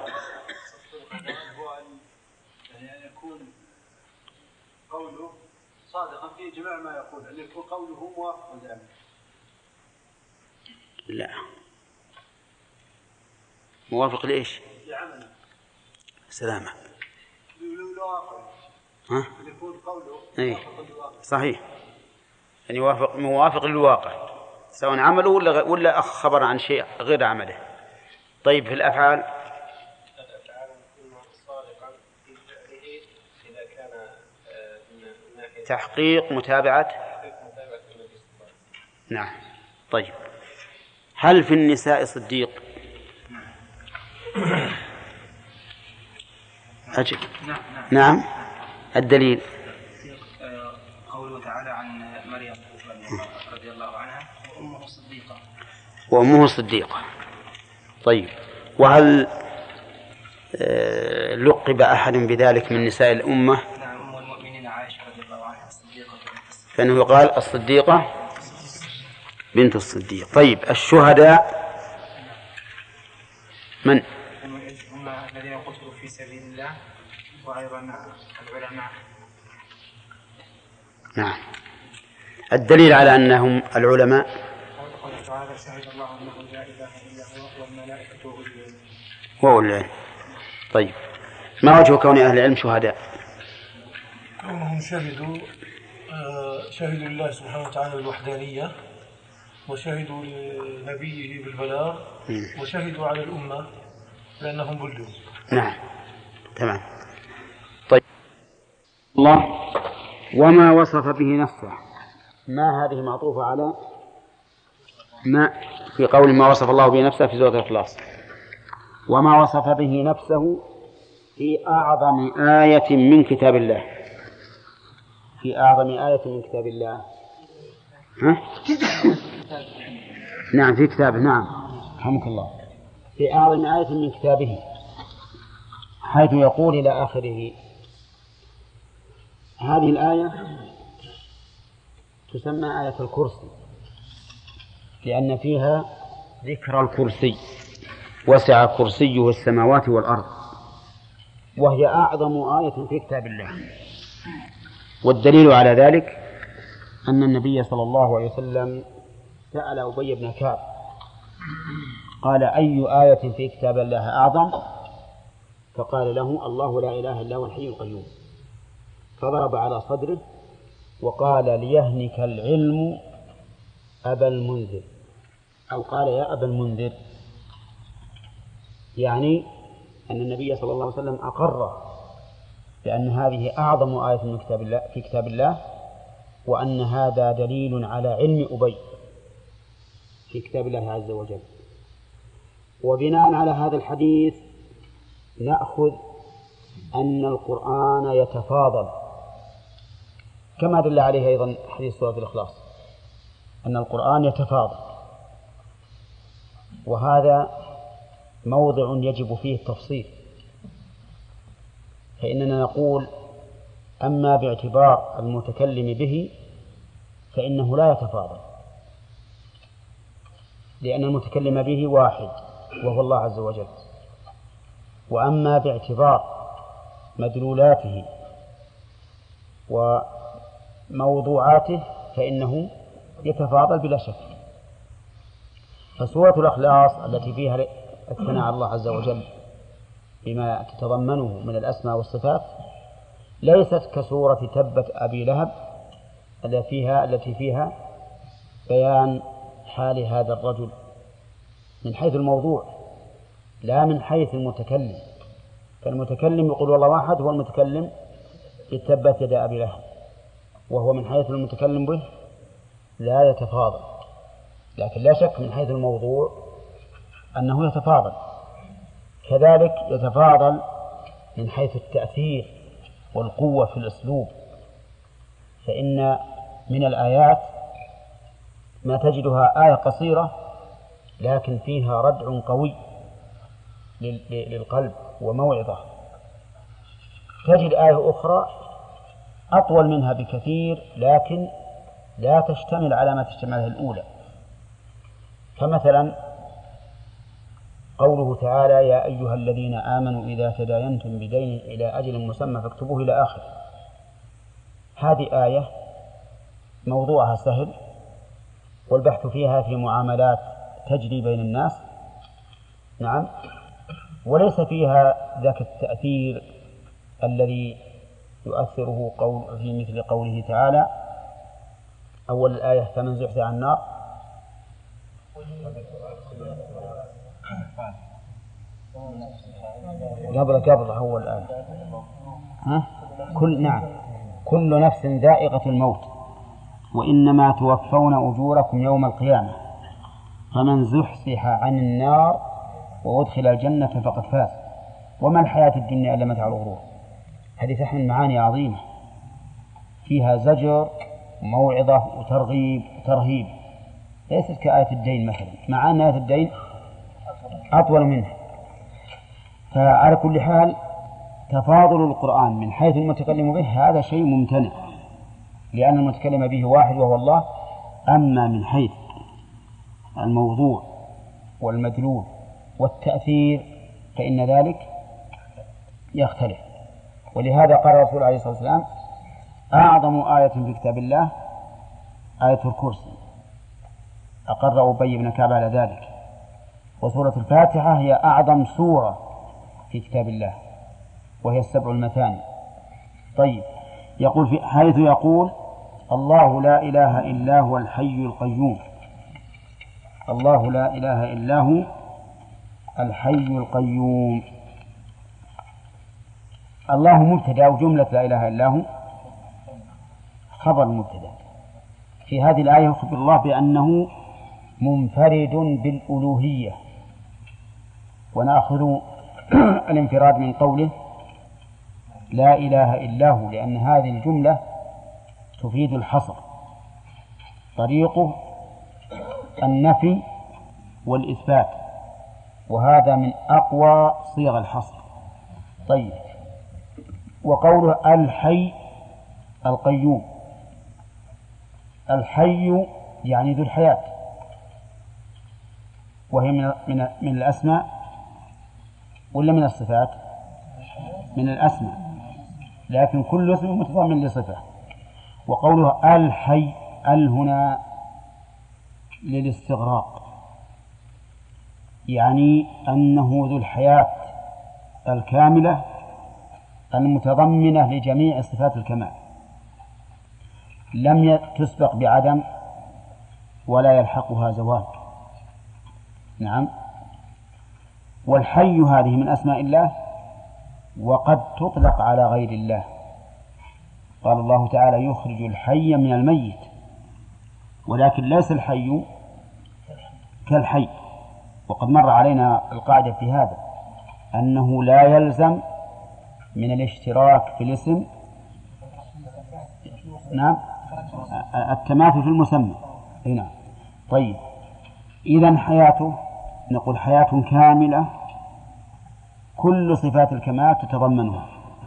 يعني أن يكون قوله صادقا في جميع ما يقول، أن يكون قوله موافقا لأمره. لا، موافق لإيش؟ لعمله. سلامة. للواقع. ها؟ أن يكون قوله إيه. موافقا للواقع. صحيح، يعني يوافق موافق للواقع سواء عمله ولا ولا أخ خبر عن شيء غير عمله. طيب في الأفعال؟ الأفعال يكون صادقا في فعله إذا كان من ناحية تحقيق متابعة. متابعة النبي صلى الله عليه وسلم. نعم. طيب هل في النساء صديق؟ أجل. نعم نعم. نعم. الدليل آه، قوله تعالى عن مريم رضي الله عنها وأمه صديقة. وأمه صديقة. طيب وهل آه، لقب أحد بذلك من نساء الأمة؟ نعم، أم المؤمنين عائشة رضي الله عنها الصديقة. فإنه يقال الصديقة بنت الصديق. طيب الشهداء من؟ هم الذين قتلوا في سبيل الله، وأيضا العلماء. نعم. الدليل على أنهم العلماء قال تعالى: شهد الله أنه لا إله إلا هو والملائكة وأولي العلم. وأولي العلم. طيب ما وجه كون أهل العلم شهداء؟ كونهم شهدوا آه، شهدوا لله سبحانه وتعالى بالوحدانية، وشهدوا لنبيه بالبلاغ، وشهدوا على الأمة لأنهم بلغوا. نعم تمام. طيب الله وما وصف به نفسه، ما هذه معطوفة على ما في قول ما وصف الله به نفسه في سورة الإخلاص. وما وصف به نفسه في أعظم آية من كتاب الله، في أعظم آية من كتاب الله. ها؟ نعم في كتابه. نعم رحمك الله. في أعظم آية من كتابه حيث يقول إلى آخره. هذه الآية تسمى آية الكرسي لأن فيها ذكر الكرسي، وسع كرسيه السماوات والأرض، وهي أعظم آية في كتاب الله. والدليل على ذلك أن النبي صلى الله عليه وسلم سأل أبي بن كعب قال: أي آية في كتاب الله أعظم؟ فقال له: الله لا إله إلا هو الحي القيوم. فضرب على صدره وقال: ليهنك العلم أبا المنذر، أو قال: يا أبا المنذر، يعني أن النبي صلى الله عليه وسلم أقر بأن هذه أعظم آية من كتاب الله في كتاب الله، وأن هذا دليل على علم أبي في كتاب الله عز وجل. وبناء على هذا الحديث نأخذ أن القرآن يتفاضل، كما دل عليه أيضا حديث سورة الإخلاص أن القرآن يتفاضل، وهذا موضع يجب فيه التفصيل. فإننا نقول: أما باعتبار المتكلم به فإنه لا يتفاضل، لأن المتكلم به واحد وهو الله عز وجل. وأما باعتبار مدلولاته وموضوعاته فإنه يتفاضل بلا شك. فسورة الإخلاص التي فيها الثناء على الله عز وجل بما تتضمنه من الأسماء والصفات ليست كسورة تبت أبي لهب التي فيها التي فيها بيان حال هذا الرجل من حيث الموضوع لا من حيث المتكلم. فالمتكلم يقول والله واحد هو المتكلم تبت يد أبي لهب، وهو من حيث المتكلم به لا يتفاضل، لكن لا شك من حيث الموضوع أنه يتفاضل. كذلك يتفاضل من حيث التأثير والقوة في الأسلوب، فإن من الآيات ما تجدها آية قصيرة لكن فيها ردع قوي للقلب وموعظة. تجد آية أخرى أطول منها بكثير لكن لا تشتمل على ما تشتمل عليه الأولى. فمثلا قوله تعالى يا أيها الذين آمنوا إذا تداينتم بدين إلى أجل مسمى فاكتبوه إلى آخر. هذه آية موضوعها سهل والبحث فيها في معاملات تجري بين الناس، نعم، وليس فيها ذاك التأثير الذي يؤثره قول في مثل قوله تعالى أول الآية فمن زحزح عن النار قبل قبل أول الآية ها؟ كل نعم كل نفس ذائقة الموت وإنما توفون أجوركم يوم القيامة فمن زحزح عن النار وأدخل الجنة فقد فاز وما الحياة الدنيا إلا متاع الغرور. هذه تحمل معاني عظيمة فيها زجر وموعظة وترغيب وترهيب، ليست كآية الدين مثلا، مع أن آية الدين أطول منها. فعلى كل حال تفاضل القرآن من حيث المتكلم به هذا شيء ممتنع، لأن المتكلم به واحد وهو الله. أما من حيث الموضوع والمدلول والتأثير فإن ذلك يختلف. ولهذا قال الرسول عليه الصلاة والسلام أعظم آية في كتاب الله آية الكرسي، أقر أبي بن كعب على ذلك. وسورة الفاتحة هي أعظم سورة في كتاب الله وهي السبع المثاني. طيب، يقول في حيث يقول الله لا إله إلا هو الحي القيوم. الله لا إله إلا هو الحي القيوم. الله مبتدأ وجملة لا إله إلا هو خبر مبتدأ. في هذه الآية يخبر الله بأنه منفرد بالألوهية، ونأخذ الانفراد من قوله لا إله إلا هو، لأن هذه الجملة تفيد الحصر، طريقه النفي والإثبات، وهذا من أقوى صيغ الحصر. طيب، وقوله الحي القيوم، الحي يعني ذو الحياة، وهي من من من الأسماء ولا من الصفات؟ من الأسماء، لكن كل اسم متضمن لصفة. وقوله الحي ال هنا للاستغراق، يعني أنه ذو الحياة الكاملة المتضمنة لجميع صفات الكمال، لم تسبق بعدم ولا يلحقها زوال. نعم. والحي هذه من أسماء الله وقد تطلق على غير الله. قال الله تعالى يخرج الحي من الميت، ولكن ليس الحي كالحي. وقد مر علينا القاعدة في هذا أنه لا يلزم من الاشتراك في الاسم نعم التماثل في المسمى. هنا طيب، إذن حياته نقول حياة كاملة كل صفات الكمال تتضمنها،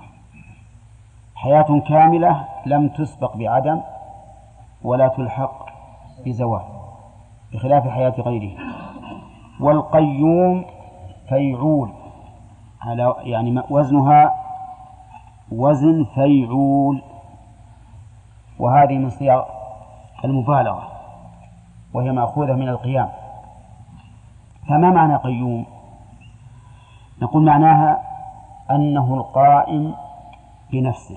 حياة كاملة لم تسبق بعدم ولا تلحق بزوال، بخلاف حياة غيره. والقيوم فيعول، على يعني وزنها وزن فيعول، وهذه من صيغ المبالغة وهي مأخوذة من القيام. فما معنى قيوم؟ نقول معناها أنه القائم بنفسه،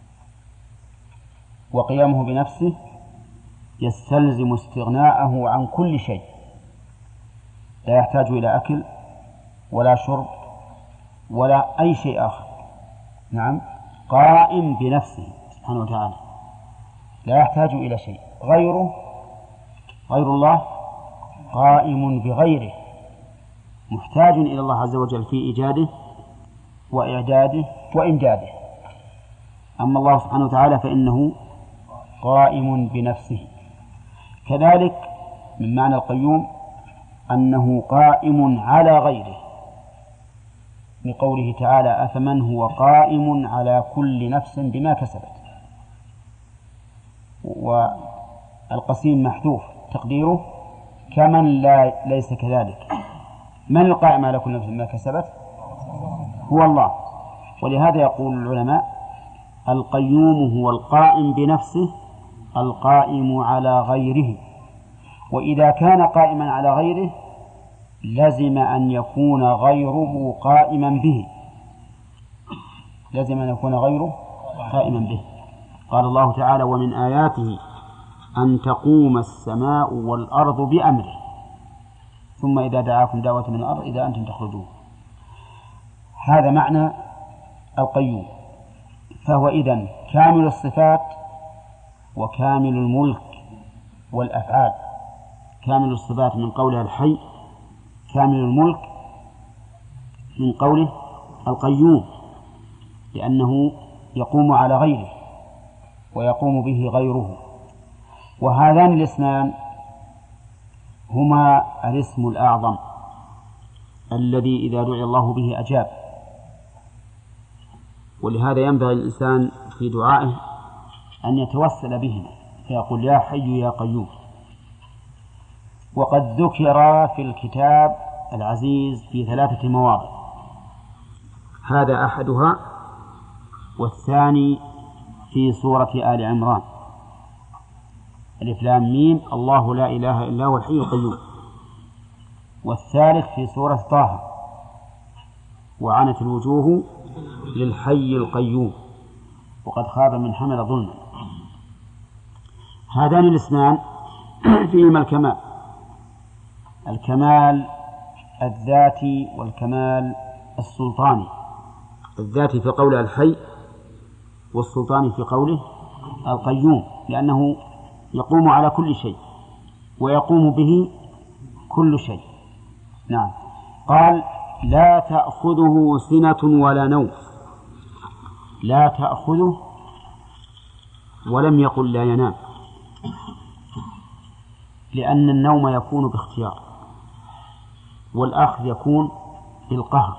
وقيامه بنفسه يستلزم استغناءه عن كل شيء، لا يحتاج إلى أكل ولا شرب ولا أي شيء آخر. نعم، قائم بنفسه سبحانه وتعالى، لا يحتاج إلى شيء. غيره غير الله قائم بغيره، محتاج إلى الله عز وجل في إيجاده وإعداده وإمداده. أما الله سبحانه وتعالى فإنه قائم بنفسه. كذلك من معنى القيوم أنه قائم على غيره، لقوله تعالى: أفمن هو قائم على كل نفس بما كسبت. والقسيم محذوف تقديره كمن لا ليس كذلك. من القائم على كل نفس بما كسبت؟ هو الله. ولهذا يقول العلماء: القيوم هو القائم بنفسه القائم على غيره. وإذا كان قائما على غيره لزم أن يكون غيره قائما به، لزم أن يكون غيره قائما به. قال الله تعالى: ومن آياته أن تقوم السماء والأرض بأمره ثم إذا دعاكم دعوة من الأرض إذا أنتم تخرجون. هذا معنى القيوم. فهو إذن كامل الصفات وكامل الملك والأفعال. كامل الصفات من قوله الحي، كامل الملك من قوله القيوم، لأنه يقوم على غيره ويقوم به غيره. وهذان الاسمان هما الاسم الأعظم الذي إذا دعي الله به أجاب. ولهذا ينبغي الإنسان في دعائه أن يتوسل بهما فيقول: يا حي يا قيوم. وقد ذكر في الكتاب العزيز في ثلاثة مواضع، هذا أحدها، والثاني في سورة آل عمران: ألف لام ميم الله لا إله إلا هو الحي القيوم. والثالث في سورة طه: وعنت الوجوه للحي القيوم وقد خاب من حمل ظلما. هذان الاسمان فيهما الكمال، الكمال الذاتي والكمال السلطاني. الذاتي في قوله الحي، والسلطاني في قوله القيوم، لأنه يقوم على كل شيء ويقوم به كل شيء. نعم. قال: لا تأخذه سنة ولا نوم. لا تأخذه، ولم يقل لا ينام، لأن النوم يكون باختيار والأخذ يكون بالقهر.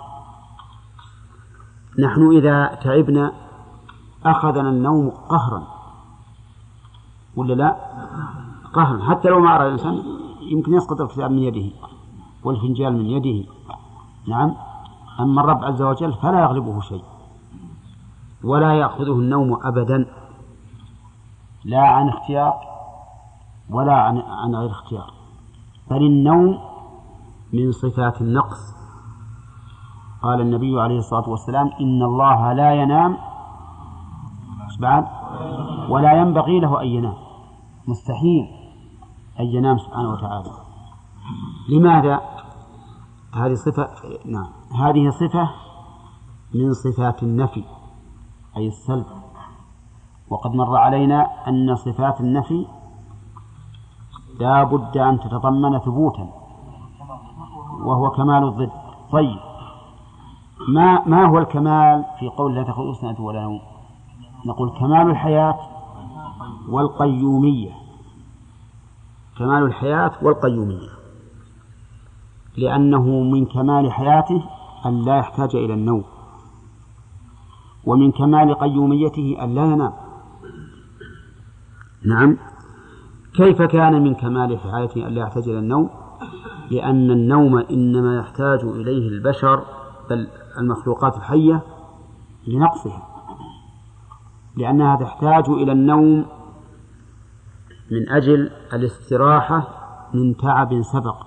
نحن إذا تعبنا أخذنا النوم قهرا ولا لا؟ قهرا، حتى لو ما أرى الإنسان يمكن يسقط الكتاب من يده والفنجال من يده. نعم. أما الرب عز وجل فلا يغلبه شيء ولا يأخذه النوم أبدا، لا عن اختيار ولا عن, عن غير اختيار، بل النوم من صفات النقص. قال النبي عليه الصلاة والسلام: إن الله لا ينام بعد ولا ينبغي له أن ينام. مستحيل أن ينام سبحانه وتعالى. لماذا؟ هذه صفة نعم هذه صفة من صفات النفي أي السلب. وقد مر علينا أن صفات النفي لا بد أن تتضمن ثبوتا وهو كمال الضد. طيب، ما ما هو الكمال في قول لا تأخذه سنة ولا نوم؟ نقول كمال الحياة والقيومية. كمال الحياة والقيومية، لأنه من كمال حياته أن لا يحتاج إلى النوم، ومن كمال قيوميته أن لا ينام. نعم. كيف كان من كمال حياته أن لا يحتاج إلى النوم؟ لأن النوم إنما يحتاج إليه البشر بل المخلوقات الحية لنقصها، لأنها تحتاج إلى النوم من أجل الاستراحة من تعب سبق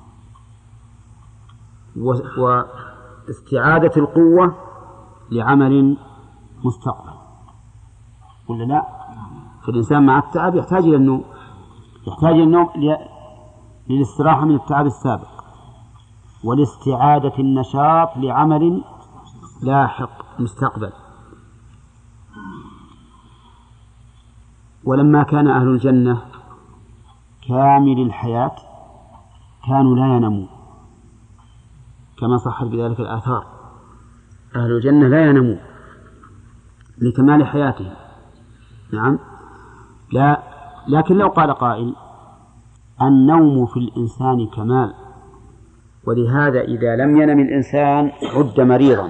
واستعادة القوة لعمل مستقبل، ولا لا؟ فالإنسان مع التعب يحتاج إلى النوم، يحتاج إلى النوم للاستراحة من التعب السابق ولاستعادة النشاط لعمل لاحق مستقبل. ولما كان أهل الجنة كامل الحياة كانوا لا ينامون، كما صحت بذلك الآثار. أهل الجنة لا ينامون لكمال حياتهم. نعم. لا، لكن لو قال قائل النوم في الإنسان كمال، ولهذا إذا لم ينم الإنسان عد مريضا.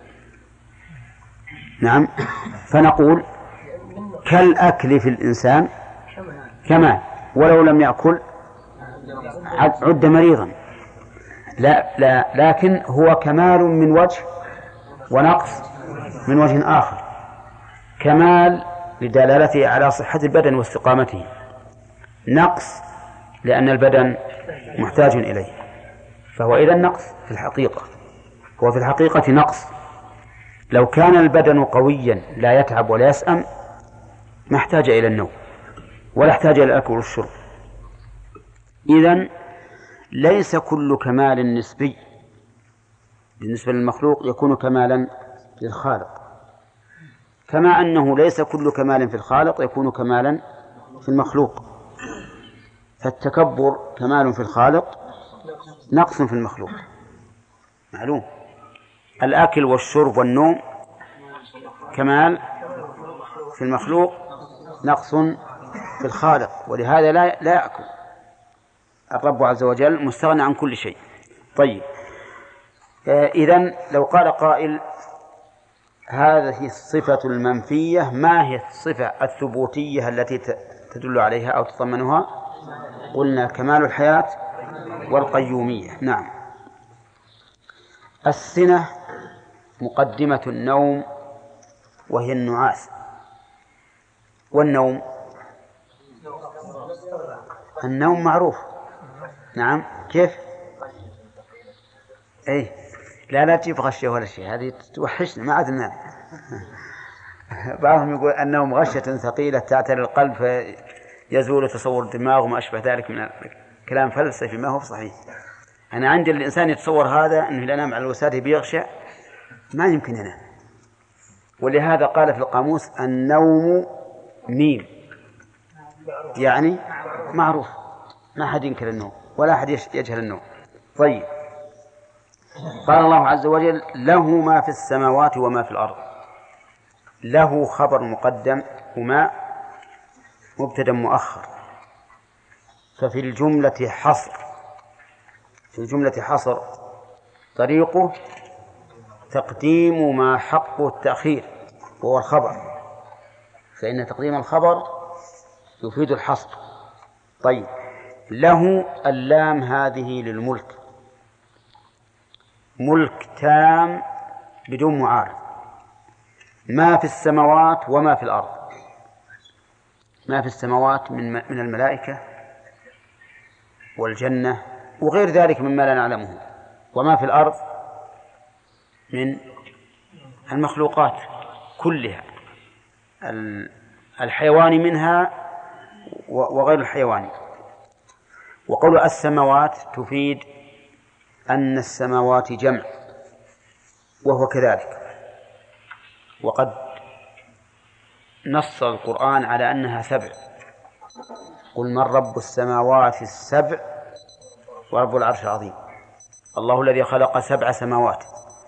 نعم. فنقول كالأكل في الإنسان كمال، ولو لم يأكل عد مريضا. لا, لا لكن هو كمال من وجه ونقص من وجه آخر. كمال لدلالته على صحة البدن واستقامته، نقص لأن البدن محتاج إليه، فهو إذا نقص في الحقيقة، هو في الحقيقة نقص. لو كان البدن قويا لا يتعب ولا يسأم ما احتاج إلى النوم ولا احتاج إلى الأكل والشرب. إذن ليس كل كمال نسبي بالنسبة للمخلوق يكون كمالا للخالق، كما أنه ليس كل كمال في الخالق يكون كمالا في المخلوق. فالتكبر كمال في الخالق نقص في المخلوق، معلوم. الأكل والشرب والنوم كمال في المخلوق، نقص في الخالق، ولهذا لا لا يأكل. الرب عز وجل مستغنى عن كل شيء. طيب، إذن لو قال قائل هذه الصفة المنفية ما هي الصفة الثبوتية التي تدل عليها أو تضمنها؟ قلنا كمال الحياة والقيومية. نعم. السنة مقدمة النوم وهي النعاس. والنوم النوم معروف. نعم. كيف؟ ايه لا لا تجيب غشة ولا شيء، هذه توحشنا ما عاد ننام. بعضهم يقول النوم غشة ثقيلة تعتري القلب فيزول تصور الدماغ وما أشبه ذلك من كلام فلسفي ما هو صحيح. أنا عندي الإنسان يتصور هذا أنه لا ينام على الوسادة بيغشى، ما يمكن ينام. ولهذا قال في القاموس النوم ميم، يعني معروف، ما أحد ينكر النوم ولا أحد يجهل النوم. طيب، قال الله عز وجل له ما في السماوات وما في الأرض. له خبر مقدم وما مبتدأ مؤخر، ففي الجملة حصر، في الجملة حصر طريقه تقديم ما حقه التأخير وهو الخبر، فإن تقديم الخبر يفيد الحصر. طيب، له اللام هذه للملك، ملك تام بدون معارض. ما في السماوات وما في الأرض. ما في السماوات من من الملائكة والجنة وغير ذلك مما لا نعلمه، وما في الأرض من المخلوقات كلها، الحيوان منها وغير الحيوان. وقول السماوات تفيد أن السماوات جمع، وهو كذلك. وقد نص القرآن على أنها سبع. قل من رب السماوات السبع ورب العرش العظيم. الله الذي خلق سبع سماوات.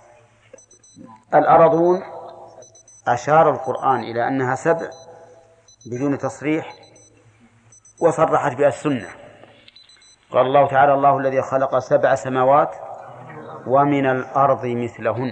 الأرضون أشار القرآن إلى أنها سبع بدون تصريح، وصرحت بها السنة. قال الله تعالى الله الذي خلق سبع سماوات ومن الأرض مثلهن.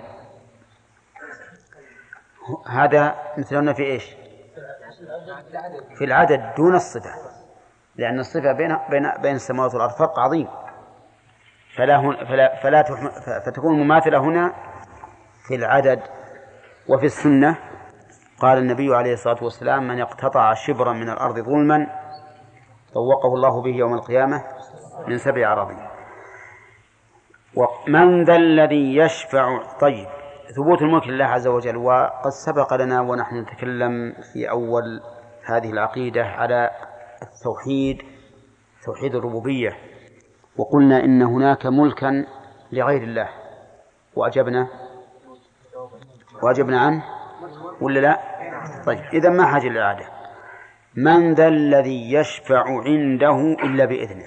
هذا مثلهن في إيش؟ في العدد دون الصفة، لأن الصفة بين بين بين السماوات والأرض فرق عظيم، فلا هن فلا فلا فتكون مماثلة هنا في العدد. وفي السنة قال النبي عليه الصلاة والسلام من اقتطع شبرا من الأرض ظلما طوقه الله به يوم القيامة من سبع أراضين. ومن ذا الذي يشفع. طيب، ثبوت الملك لله عز وجل. وقد سبق لنا ونحن نتكلم في أول هذه العقيدة على التوحيد، توحيد الربوبية، وقلنا إن هناك ملكا لغير الله، وأجبنا واجبنا عنه ولا لا؟ طيب إذا ما حاجة للإعادة. من ذا الذي يشفع عنده إلا بإذنه؟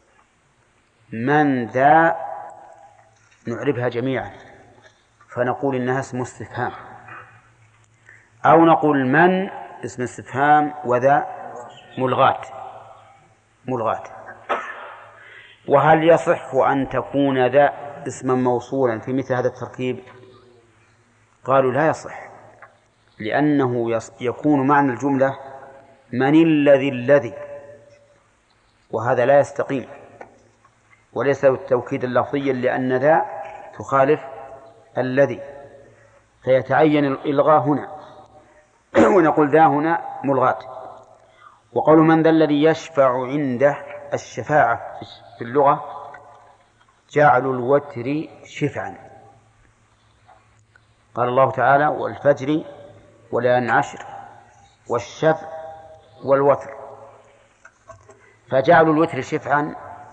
من ذا نعربها جميعا فنقول إنها اسم استفهام، أو نقول من اسم استفهام وذا ملغات ملغات. وهل يصح أن تكون ذا اسما موصولا في مثل هذا التركيب؟ قالوا لا يصح، لأنه يكون معنى الجملة من الذي الذي، وهذا لا يستقيم وليس التوكيد اللفظي، لأن ذا تخالف الذي، فيتعين الإلغاء هنا ونقول ذا هنا ملغات. وقول من ذا الذي يشفع عنده، الشفاعة في اللغة جعل الوتر شفعا. قال الله تعالى والفجر وليال عشر والشفع والوتر، فجعل الوتر شفعا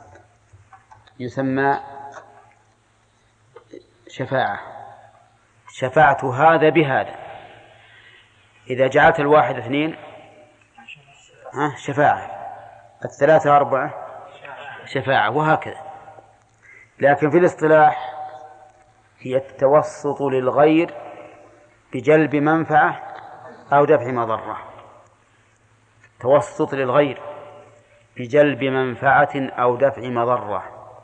يسمى شفاعة. شفاعة هذا بهذا، إذا جعلت الواحد اثنين ها شفاعة، الثلاثة أربعة شفاعة، وهكذا. لكن في الاصطلاح هي التوسط للغير بجلب منفعة أو دفع مضرة. توسط للغير بجلب منفعة أو دفع مضرة.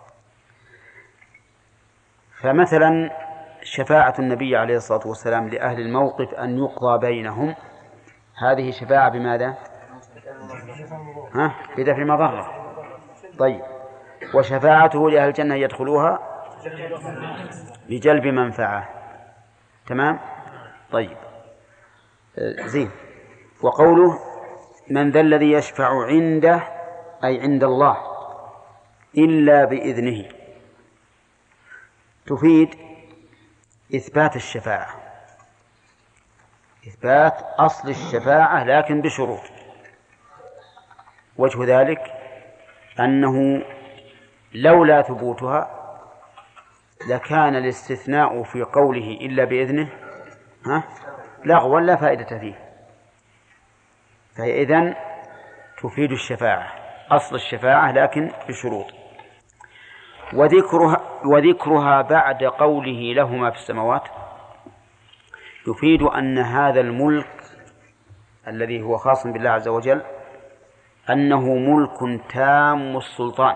فمثلا شفاعة النبي عليه الصلاة والسلام لأهل الموقف أن يقضى بينهم، هذه شفاعة بماذا؟ ها؟ بدفع مضرة. طيب، وشفاعته لأهل الجنة يدخلوها بجلب منفعة. تمام؟ طيب زين. وقوله من ذا الذي يشفع عنده أي عند الله إلا بإذنه تفيد إثبات الشفاعة، إثبات أصل الشفاعة لكن بشروط. وجه ذلك أنه لولا ثبوتها لكان الاستثناء في قوله إلا بإذنه ها لغوا لا فائدة فيه. فإذن تفيد الشفاعة، أصل الشفاعة لكن بشروط. وذكرها, وذكرها بعد قوله له ما في السماوات يفيد أن هذا الملك الذي هو خاص بالله عز وجل أنه ملك تام السلطان،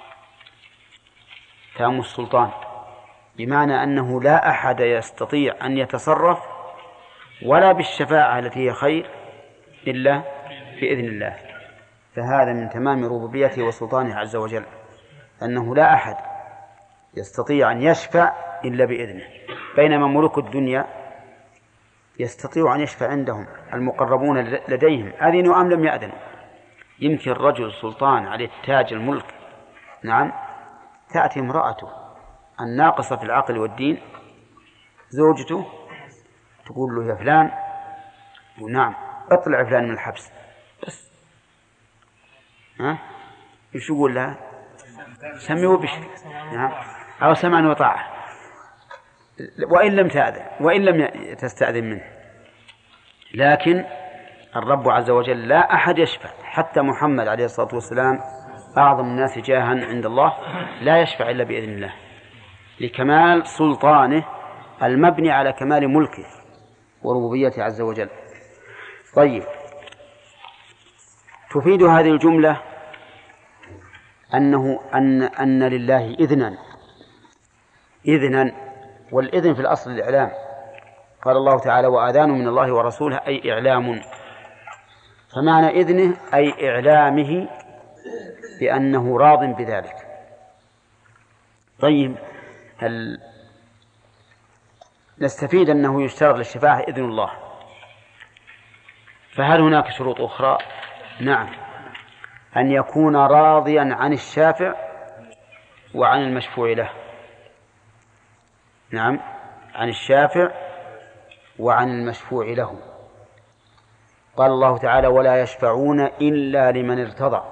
تام السلطان بمعنى أنه لا أحد يستطيع أن يتصرف ولا بالشفاعة التي هي خير إلا بإذن الله. فهذا من تمام ربوبيته وسلطانه عز وجل، أنه لا أحد يستطيع أن يشفع إلا بإذنه، بينما ملوك الدنيا يستطيع أن يشفع عندهم المقربون لديهم أذنوا أم لم يأذنوا. يمكن رجل سلطان عليه تاج الملك، نعم، تأتي امرأته الناقصة في العقل والدين زوجته تقول له يا فلان، ونعم اطلع فلان من الحبس بس، ها ايش يقول لها؟ سمي وبشر، نعم، أو سمعا وطاعة، وإن لم تأذن وإن لم تستأذن منه. لكن الرب عز وجل لا أحد يشفع، حتى محمد عليه الصلاة والسلام أعظم الناس جاها عند الله لا يشفع إلا بإذن الله، لكمال سلطانه المبني على كمال ملكه وربوبيته عز وجل. طيب، تفيد هذه الجملة أنه أن أن لله إذنا إذنا والإذن في الأصل الإعلام. قال الله تعالى وآذان من الله ورسوله أي إعلام، فمعنى إذنه أي إعلامه بأنه راض بذلك. طيب، هل نستفيد أنه يشترط للشفاعة إذن الله، فهل هناك شروط أخرى؟ نعم، أن يكون راضيا عن الشافع وعن المشفوع له. نعم، عن الشافع وعن المشفوع له. قال الله تعالى ولا يشفعون إلا لمن ارتضى،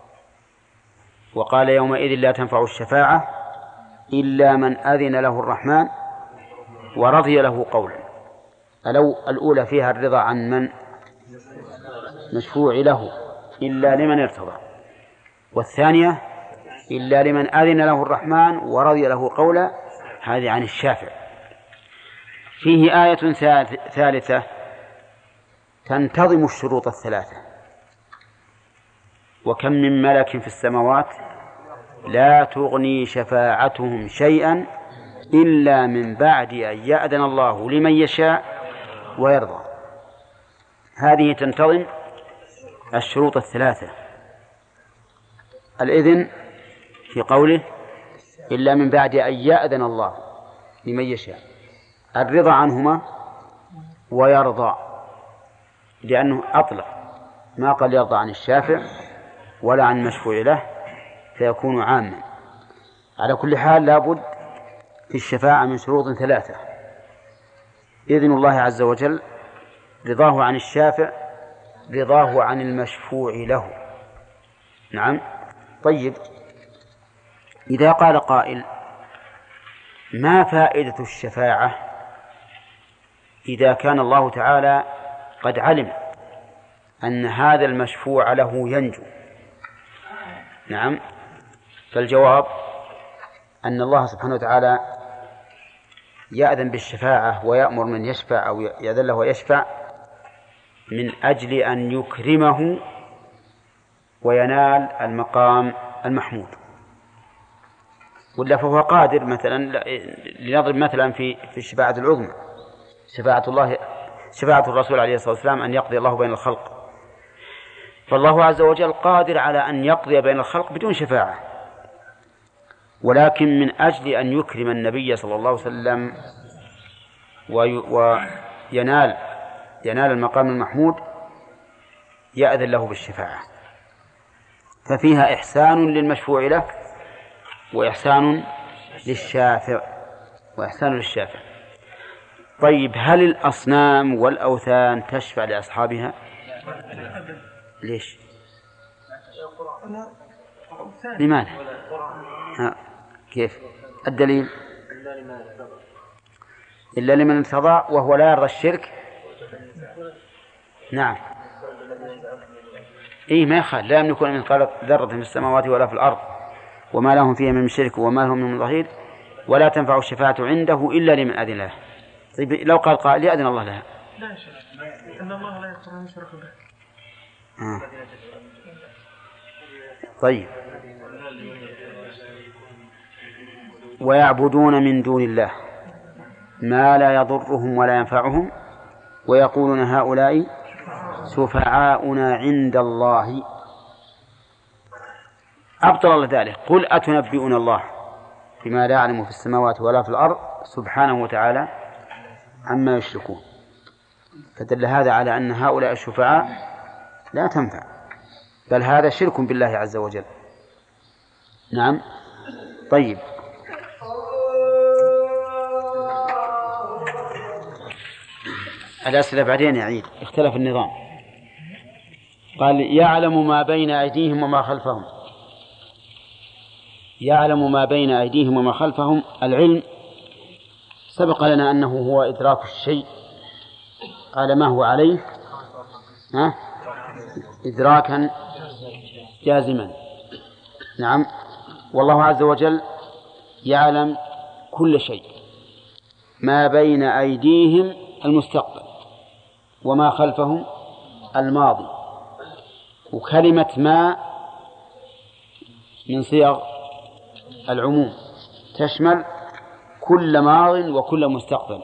وقال يومئذ لا تنفع الشفاعة إلا من أذن له الرحمن ورضي له قولا. الأو الأولى فيها الرضا عن من مشفوع له إلا لمن ارتضى، والثانية إلا لمن أذن له الرحمن ورضي له قولا، هذه عن الشافع. فيه آية ثالثة تنتظم الشروط الثلاثة: وكم من ملك في السماوات لا تغني شفاعتهم شيئا إلا من بعد أن يأذن الله لمن يشاء ويرضى. هذه تنتظم الشروط الثلاثة: الإذن في قوله إلا من بعد أن يأذن الله لمن يشاء، الرضا عنهما ويرضى، لأنه أطلق ما قال يرضى عن الشافع ولا عن مشفوع له فيكون عاما. على كل حال لابد في الشفاعة من شروط ثلاثة: إذن الله عز وجل، رضاه عن الشافع، رضاه عن المشفوع له. نعم. طيب، إذا قال قائل: ما فائدة الشفاعة إذا كان الله تعالى قد علم أن هذا المشفوع له ينجو؟ نعم. فالجواب أن الله سبحانه وتعالى يأذن بالشفاعة ويأمر من يشفع أو يأذن له ويشفع من أجل أن يكرمه وينال المقام المحمود، ولا فهو قادر مثلا، لنضرب مثلا في في الشفاعة العظمى، شفاعة الله شفاعة الرسول عليه الصلاة والسلام أن يقضي الله بين الخلق، فالله عز وجل قادر على أن يقضي بين الخلق بدون شفاعة، ولكن من أجل أن يكرم النبي صلى الله عليه وسلم وينال ينال المقام المحمود يأذن له بالشفاعة، ففيها إحسان للمشفوع له وإحسان للشافع وإحسان للشافع. طيب، هل الأصنام والأوثان تشفع لأصحابها؟ ليش؟ لماذا؟ ها. كيف الدليل؟ إلا لمن ارتضى وهو لا يرضى الشرك. نعم. إيه، ما يخال، لا يملكون من مثقال ذرة في السماوات ولا في الأرض وما لهم فيها من شرك وما لهم من ظهير ولا تنفع الشفاعة عنده إلا لمن أذن له. طيب، لو قال قائل يأذن الله لها؟ لا شك أن الله لا يغفر أن يشرك به. آه. طيب، ويعبدون من دون الله ما لا يضرهم ولا ينفعهم ويقولون هؤلاء شفعاؤنا عند الله. أبطل الله ذلك: قل أتنبئون الله بما لا يعلم في السماوات ولا في الأرض سبحانه وتعالى عما يشركون. فدل هذا على أن هؤلاء الشفعاء لا تنفع، بل هذا شرك بالله عز وجل. نعم. طيب، الأسئلة بعدين يعيد، اختلف النظام. قال: يعلم ما بين أيديهم وما خلفهم. يعلم ما بين أيديهم وما خلفهم. العلم سبق لنا أنه هو إدراك الشيء على ما هو عليه، ها؟ إدراكا جازما. نعم. والله عز وجل يعلم كل شيء، ما بين أيديهم المستقبل وما خلفهم الماضي. وكلمة ما من صيغ العموم تشمل كل ماض وكل مستقبل.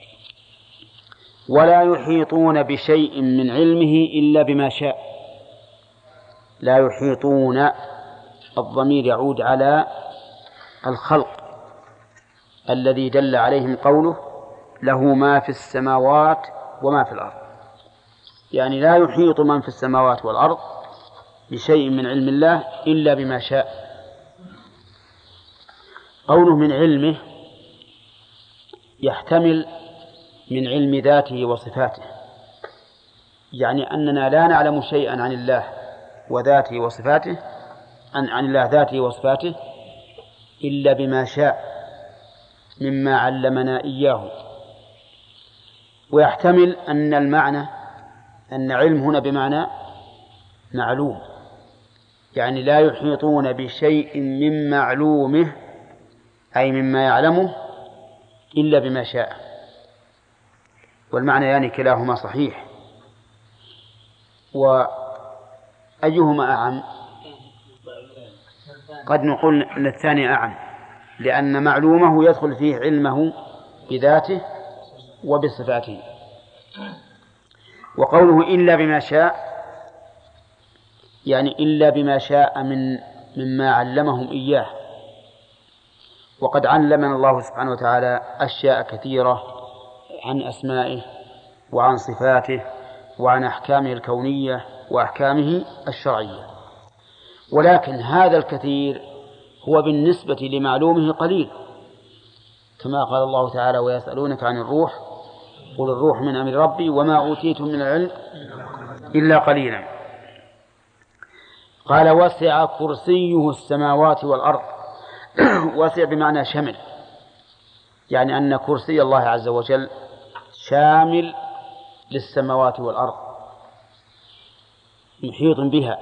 ولا يحيطون بشيء من علمه إلا بما شاء. لا يحيطون، الضمير يعود على الخلق الذي دل عليهم قوله له ما في السماوات وما في الأرض، يعني لا يحيط من في السماوات والأرض بشيء من علم الله إلا بما شاء. قوله من علمه يحتمل من علم ذاته وصفاته، يعني أننا لا نعلم شيئا عن الله وذاته وصفاته عن, عن الله ذاته وصفاته إلا بما شاء مما علمنا إياه. ويحتمل أن المعنى أن علم هنا بمعنى معلوم، يعني لا يحيطون بشيء من معلومه أي مما يعلمه إلا بما شاء. والمعنى يعني كلاهما صحيح. وأيهما أعم؟ قد نقول أن الثاني أعم، لأن معلومه يدخل فيه علمه بذاته وبصفاته. وقوله إلا بما شاء يعني إلا بما شاء من مما علمهم إياه. وقد علمنا الله سبحانه وتعالى أشياء كثيرة عن أسمائه وعن صفاته وعن أحكامه الكونية وأحكامه الشرعية، ولكن هذا الكثير هو بالنسبة لمعلومه قليل، كما قال الله تعالى: ويسألونك عن الروح قل الروح من أمر ربي وما أوتيتم من العلم إلا قليلا. قال: وسع كرسيه السماوات والأرض. وسع بمعنى شمل، يعني أن كرسي الله عز وجل شامل للسماوات والأرض محيط بها،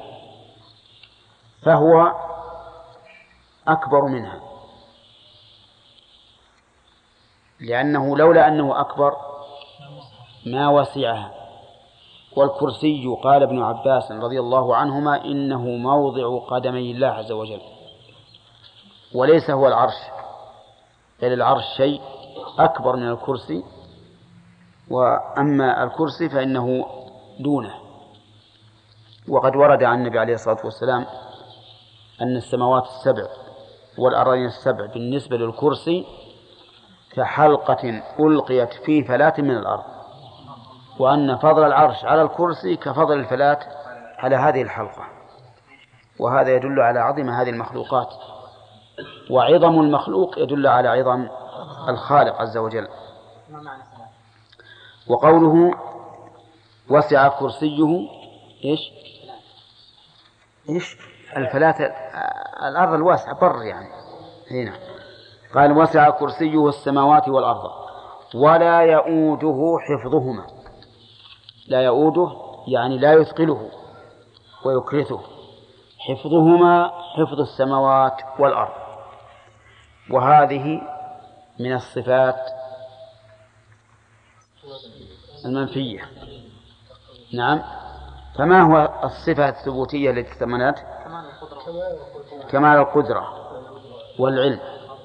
فهو أكبر منها، لأنه لولا أنه أكبر ما وسعها. والكرسي قال ابن عباس رضي الله عنهما إنه موضع قدمي الله عز وجل، وليس هو العرش، بل العرش شيء أكبر من الكرسي، وأما الكرسي فإنه دونه. وقد ورد عن النبي عليه الصلاة والسلام أن السماوات السبع والأراضين السبع بالنسبة للكرسي كحلقة ألقيت في فلاة من الأرض، وأن فضل العرش على الكرسي كفضل الفلاة على هذه الحلقة. وهذا يدل على عظم هذه المخلوقات، وعظم المخلوق يدل على عظم الخالق عز وجل. وقوله وسع كرسيه إيش إيش الفلاة، الأرض الواسعة بر يعني هنا. قال: وسع كرسيه السماوات والأرض ولا يؤوده حفظهما. لا يؤوده يعني لا يثقله ويكرثه. حفظهما حفظ السماوات والأرض، وهذه من الصفات المنفية. نعم. فما هو الصفة الثبوتية التي تضمنت؟ كمال القدرة والعلم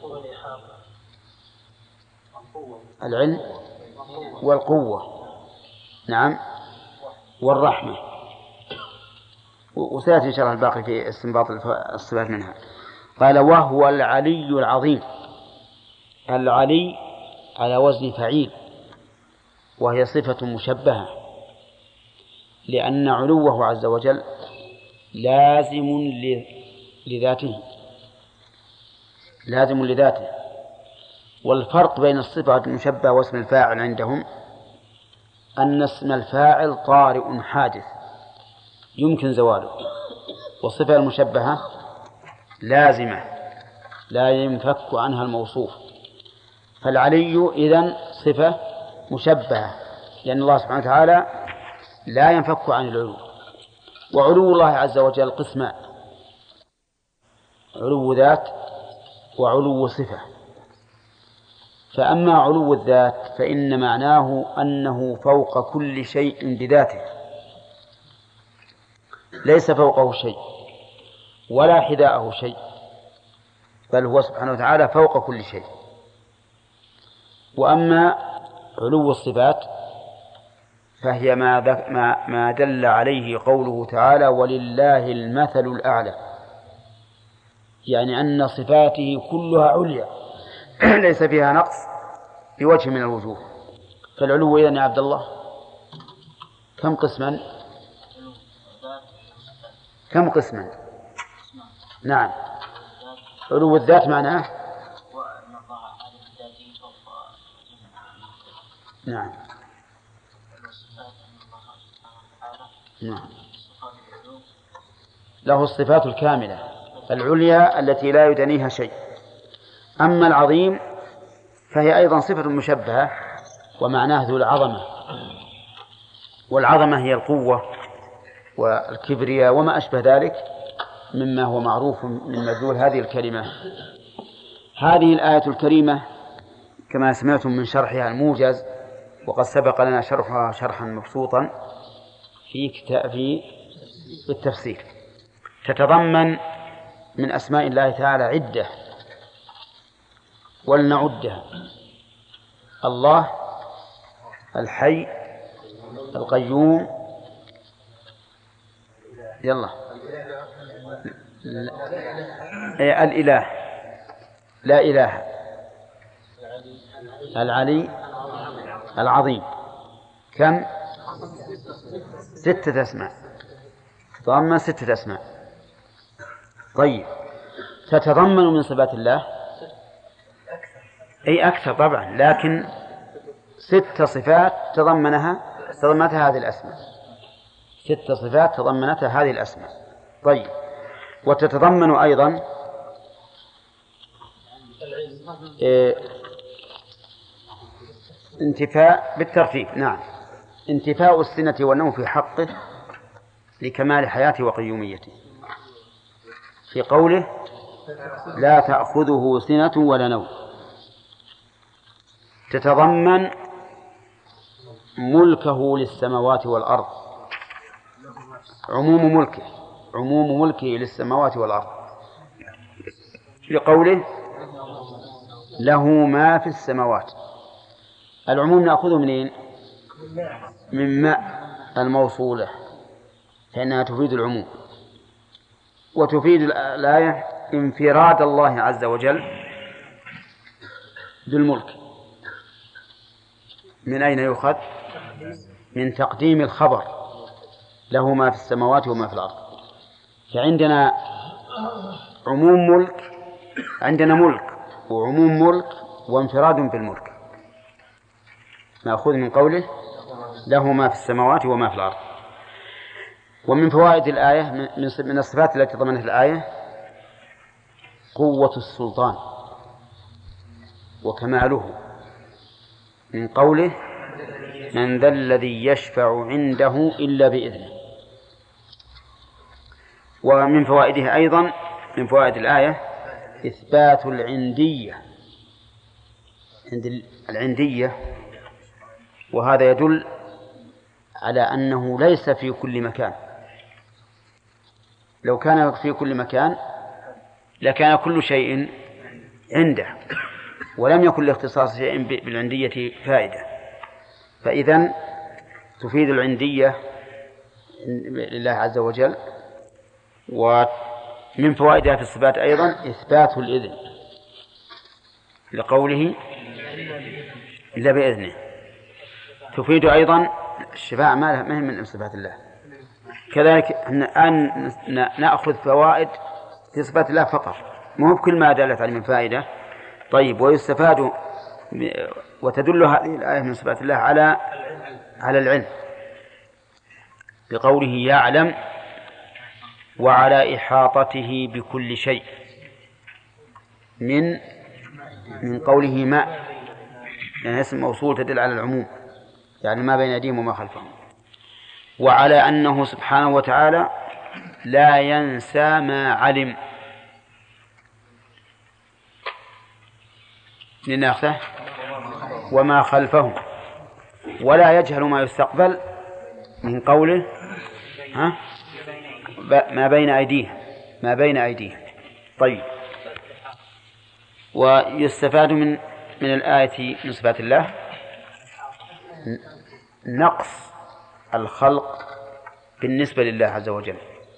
العلم والقوة، نعم، والرحمة. وسيأتي إن شاء الله الباقي في استنباط الصفات منها. قال: وهو العلي العظيم. العلي على وزن فعيل، وهي صفة مشبهة، لأن علوه عز وجل لازم لذاته لازم لذاته. والفرق بين الصفة المشبهة واسم الفاعل عندهم أن اسم الفاعل طارئ حادث يمكن زواله، والصفة المشبهة لازمة لا ينفك عنها الموصوف. فالعلي إذن صفة مشبهة، لأن الله سبحانه وتعالى لا ينفك عن العلو. وعلو الله عز وجل قسمان: علو ذات وعلو صفة. فأما علو الذات فإن معناه أنه فوق كل شيء بذاته، ليس فوقه شيء ولا حذاءه شيء، بل هو سبحانه وتعالى فوق كل شيء. وأما علو الصفات فهي ما ما دل عليه قوله تعالى: ولله المثل الأعلى، يعني أن صفاته كلها عليا ليس فيها نقص بوجه من الوجوه. فالعلو إذن يا عبد الله كم قسما؟ كم قسما؟ نعم. علو الذات معناه نعم نعم له الصفات الكاملة العليا التي لا يدنيها شيء. أما العظيم فهي أيضا صفة مشبهة، ومعناه ذو العظمة، والعظمة هي القوة والكبرياء وما أشبه ذلك مما هو معروف من مدلول هذه الكلمة. هذه الآية الكريمة كما سمعتم من شرحها الموجز، وقد سبق لنا شرحها شرحا مبسوطا في كتاب في التفسير، تتضمن من أسماء الله تعالى عدة ولنعدها: الله الحي القيوم، يلا لا. الإله لا إله، العلي العظيم. كم؟ ستة أسماء، تضمن ستة أسماء. طيب، تتضمن من صفات الله أي أكثر طبعا، لكن ست صفات تضمنها تضمنتها هذه الأسماء، ست صفات تضمنتها هذه الأسماء. طيب، وتتضمن أيضا إيه انتفاء بالترتيب، نعم، انتفاء السنة والنوم في حقه لكمال حياته وقيوميته، في قوله لا تأخذه سنة ولا نوم. تتضمن ملكه للسماوات والأرض، عموم ملكه عموم ملكه للسماوات والأرض، لقوله له ما في السماوات. العموم نأخذه منين؟ من ماء الموصولة، فإنها تفيد العموم، وتفيد الآية انفراد الله عز وجل بالملك. من أين يؤخذ؟ من تقديم الخبر له ما في السماوات وما في الأرض. فعندنا عموم ملك، عندنا ملك وعموم ملك وانفراد بالملك، نأخذ من قوله له ما في السماوات وما في الأرض. ومن فوائد الآية من الصفات التي ضمنت الآية قوة السلطان وكماله، من قوله من ذا الذي يشفع عنده إلا بإذنه. ومن فوائدها أيضا من فوائد الآية إثبات العندية، عند العندية، وهذا يدل على أنه ليس في كل مكان. لو كان في كل مكان لكان كل شيء عنده، ولم يكن لاختصاص شيء بالعندية فائدة. فإذن تفيد العندية لله عز وجل. ومن فوائدها في الصفات أيضا إثبات الإذن، لقوله إلا بإذنه. تفيد أيضا الشفاعة، ما هي من صفات الله. كذلك الآن نأخذ فوائد في صفات الله فقط، مو بكل ما دلت عليه من فائدة. طيب، ويستفاد وتدل هذه الآية من صفات الله على على العلم، بقوله يعلم وعلى إحاطته بكل شيء، من من قوله ما، يعني اسم موصول تدل على العموم، يعني ما بين أيديهم وما خلفهم. وعلى أنه سبحانه وتعالى لا ينسى ما علم، لناخذه وما خلفهم، ولا يجهل ما يستقبل، من قوله ها ما بين أيديهم ما بين أيديهم. طيب، ويستفاد من من الآية من صفات الله نقص الخلق بالنسبة لله عز وجل،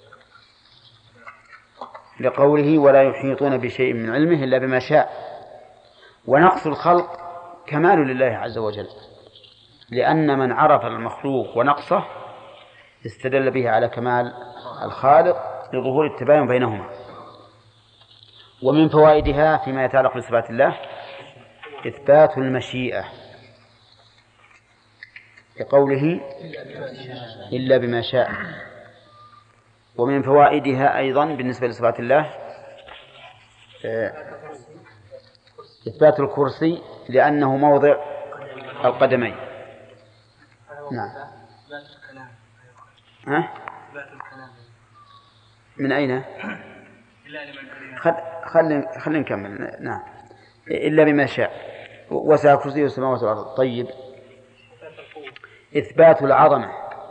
لقوله ولا يحيطون بشيء من علمه إلا بما شاء. ونقص الخلق كمال لله عز وجل، لأن من عرف المخلوق ونقصه استدل به على كمال الخالق لظهور التباين بينهما. ومن فوائدها فيما يتعلق بصفات الله إثبات المشيئة، لقوله إلا بما شاء. ومن فوائدها أيضا بالنسبة لصفات الله إثبات الكرسي، لأنه موضع القدمين. نعم. ها؟ من أين؟ خل خل خل نكمل. نعم. إلا بما شاء وسع كرسيه السماوات والأرض. طيب، إثبات العظمة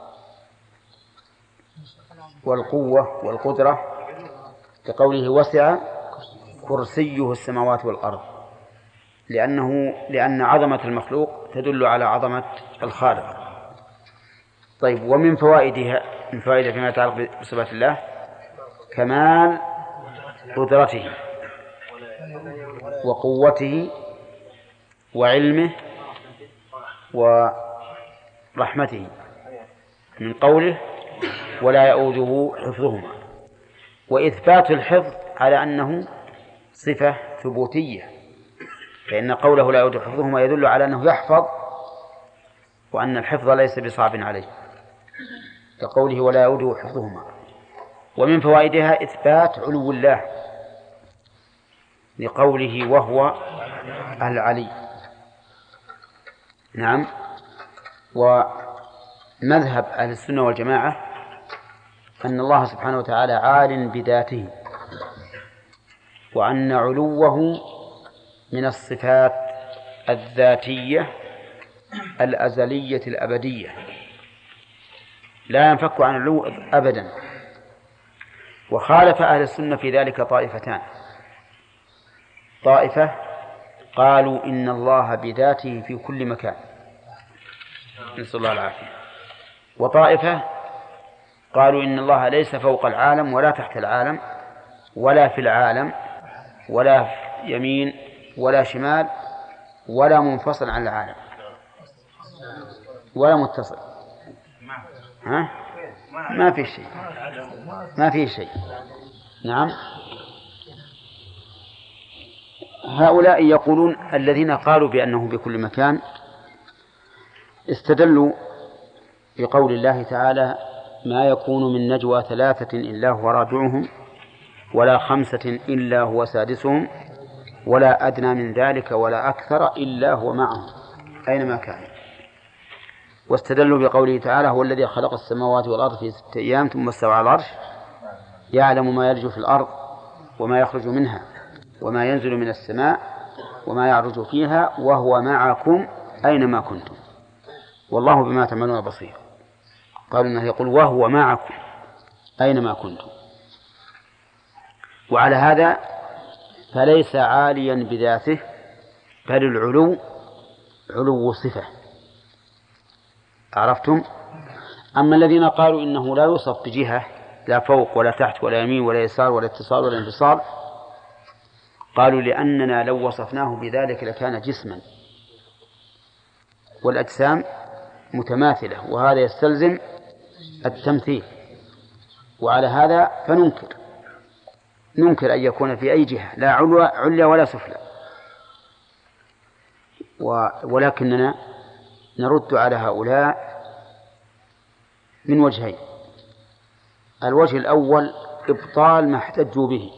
والقوة والقدرة كقوله وسع كرسيه السماوات والأرض، لأنه لأن عظمة المخلوق تدل على عظمة الخالق. طيب، ومن فوائدها من فوائدها فيما يتعلق بصفات الله كمال قدرته وقوته وعلمه ورحمته، من قوله ولا يؤوده حفظهما، وإثبات الحفظ على أنه صفة ثبوتية، فإن قوله لا يؤوده حفظهما يدل على أنه يحفظ وأن الحفظ ليس بصعب عليه، كقوله ولا يؤوده حفظهما. ومن فوائدها إثبات علو الله لقوله وهو العلي. نعم. ومذهب أهل السنة والجماعة أن الله سبحانه وتعالى عال بذاته، وأن علوه من الصفات الذاتية الأزلية الأبدية لا ينفك عن علو أبدا. وخالف أهل السنة في ذلك طائفتان: طائفة قالوا إن الله بذاته في كل مكان، نسأل الله العافية، وطائفة قالوا إن الله ليس فوق العالم ولا تحت العالم ولا في العالم ولا في يمين ولا شمال ولا منفصل عن العالم ولا متصل. ها؟ ما في شيء، ما في شيء. نعم. هؤلاء يقولون الذين قالوا بأنه بكل مكان استدلوا بقول الله تعالى ما يكون من نجوى ثلاثة إلا هو رابعهم ولا خمسة إلا هو سادسهم ولا أدنى من ذلك ولا أكثر إلا هو معهم أينما كان. واستدلوا بقوله تعالى هو الذي خلق السماوات والأرض في ستة أيام ثم استوى على العرش يعلم ما يلج في الأرض وما يخرج منها وما ينزل من السماء وما يعرج فيها وهو معكم أينما كنتم والله بما تعملون بصير. قالوا إنه يقول وهو معكم أينما كنتم. وعلى هذا فليس عاليا بذاته، بل العلو علو صفة. عرفتم؟ أما الذين قالوا إنه لا يوصف بجهة، لا فوق ولا تحت ولا يمين ولا يسار ولا اتصال ولا انفصال، قالوا لأننا لو وصفناه بذلك لكان جسما، والأجسام متماثلة وهذا يستلزم التمثيل، وعلى هذا فننكر ننكر أن يكون في أي جهة لا عليا ولا سفلى. ولكننا نرد على هؤلاء من وجهين: الوجه الأول إبطال ما احتجوا به،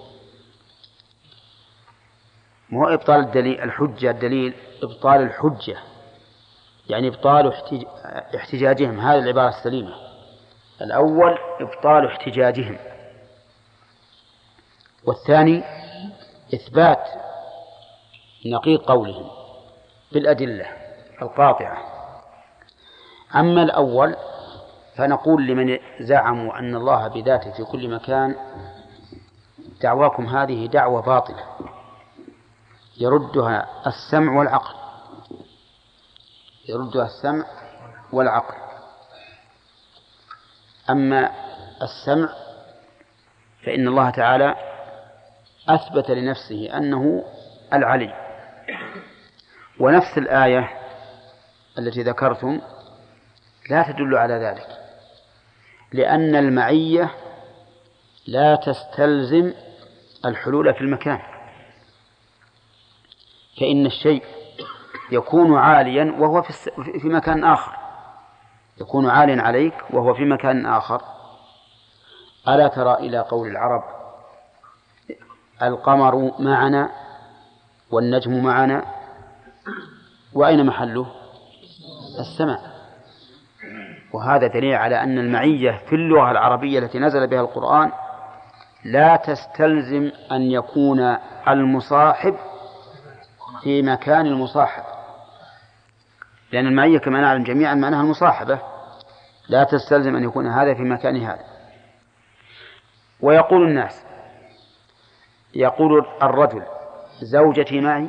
مو إبطال الدليل الحجة الدليل إبطال الحجة، يعني إبطال احتجاجهم. هذه العبارة السليمة. الأول إبطال احتجاجهم، والثاني إثبات نقيض قولهم بالأدلة القاطعة. أما الأول فنقول لمن زعموا أن الله بذاته في كل مكان دعواكم هذه دعوة باطلة يردها السمع والعقل يردها السمع والعقل. أما السمع فإن الله تعالى أثبت لنفسه أنه العلي، ونفس الآية التي ذكرتم لا تدل على ذلك، لأن المعية لا تستلزم الحلول في المكان، فإن الشيء يكون عاليا وهو في مكان آخر، يكون عاليا عليك وهو في مكان آخر. ألا ترى إلى قول العرب القمر معنا والنجم معنا، وأين محله؟ السماء. وهذا دليل على أن المعية في اللغة العربية التي نزل بها القرآن لا تستلزم أن يكون المصاحب في مكان المصاحب، لأن المعية كما نعلم جميعا معناها المصاحبة، لا تستلزم أن يكون هذا في مكان هذا. ويقول الناس، يقول الرجل زوجتي معي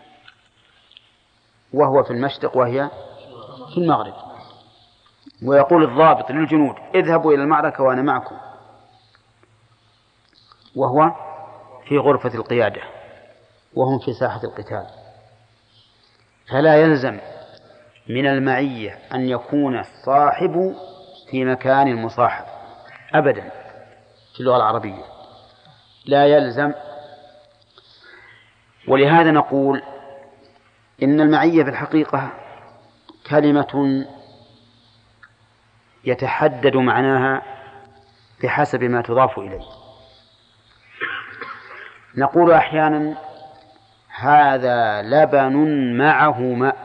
وهو في المشرق وهي في المغرب، ويقول الضابط للجنود اذهبوا إلى المعركة وأنا معكم وهو في غرفة القيادة وهم في ساحة القتال. فلا يلزم من المعية أن يكون الصاحب في مكان المصاحب أبدا في اللغة العربية، لا يلزم. ولهذا نقول إن المعية في الحقيقة كلمة يتحدد معناها بحسب ما تضاف إليه. نقول أحيانا هذا لبن معه ماء،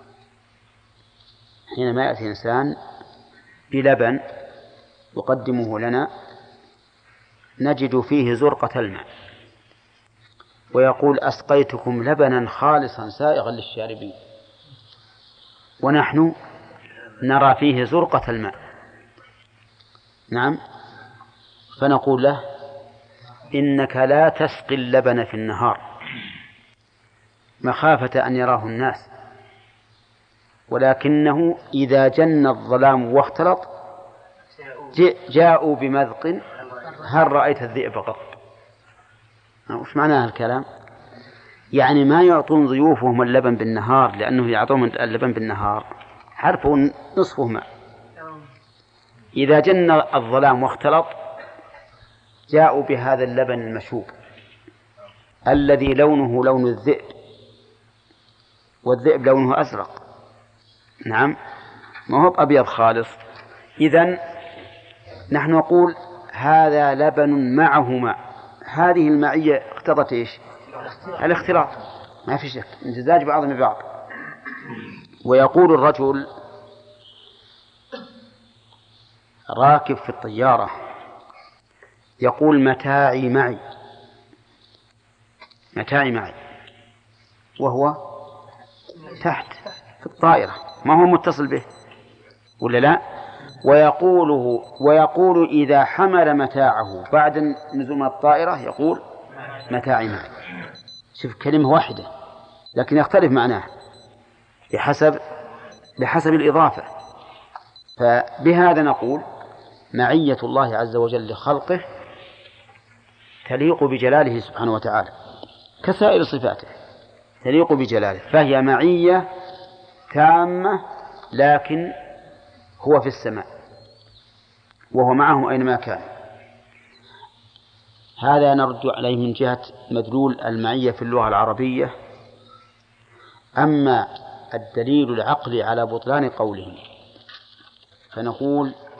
حينما يأتي إنسان بلبن يقدمه لنا نجد فيه زرقة الماء، ويقول أسقيتكم لبنا خالصا سائغا للشاربين، ونحن نرى فيه زرقة الماء. نعم، فنقول له إنك لا تسقي اللبن في النهار مخافة أن يراه الناس، ولكنه إذا جن الظلام واختلط جاءوا بمذق هل رأيت الذئب قط. وش معنى الكلام؟ يعني ما يعطون ضيوفهم اللبن بالنهار لأنه يعطون اللبن بالنهار، حرفه نصفه ماء. إذا جن الظلام واختلط جاءوا بهذا اللبن المشوب الذي لونه لون الذئب، والذئب لونه أزرق، نعم ما هو أبيض خالص. إذن نحن نقول هذا لبن معه ماء، هذه المعية اقتضت إيش؟ الاختلاط، ما في شك، امتزاج بعضهم ببعض. ويقول الرجل راكب في الطيارة يقول متاعي معي، متاعي معي، وهو تحت في الطائرة ما هو متصل به ولا لا؟ ويقوله ويقول إذا حمل متاعه بعد نزول من الطائرة يقول متاعي معي. شوف كلمة واحدة لكن يختلف معناه بحسب بحسب الإضافة. فبهذا نقول معية الله عز وجل لخلقه تليق بجلاله سبحانه وتعالى كسائر صفاته، تليق بجلاله، فهي معية تامة، لكن هو في السماء وهو معهم أينما كان. هذا نرد عليه من جهة مدلول المعية في اللغة العربية. أما الدليل العقلي على بطلان قولهم فنقول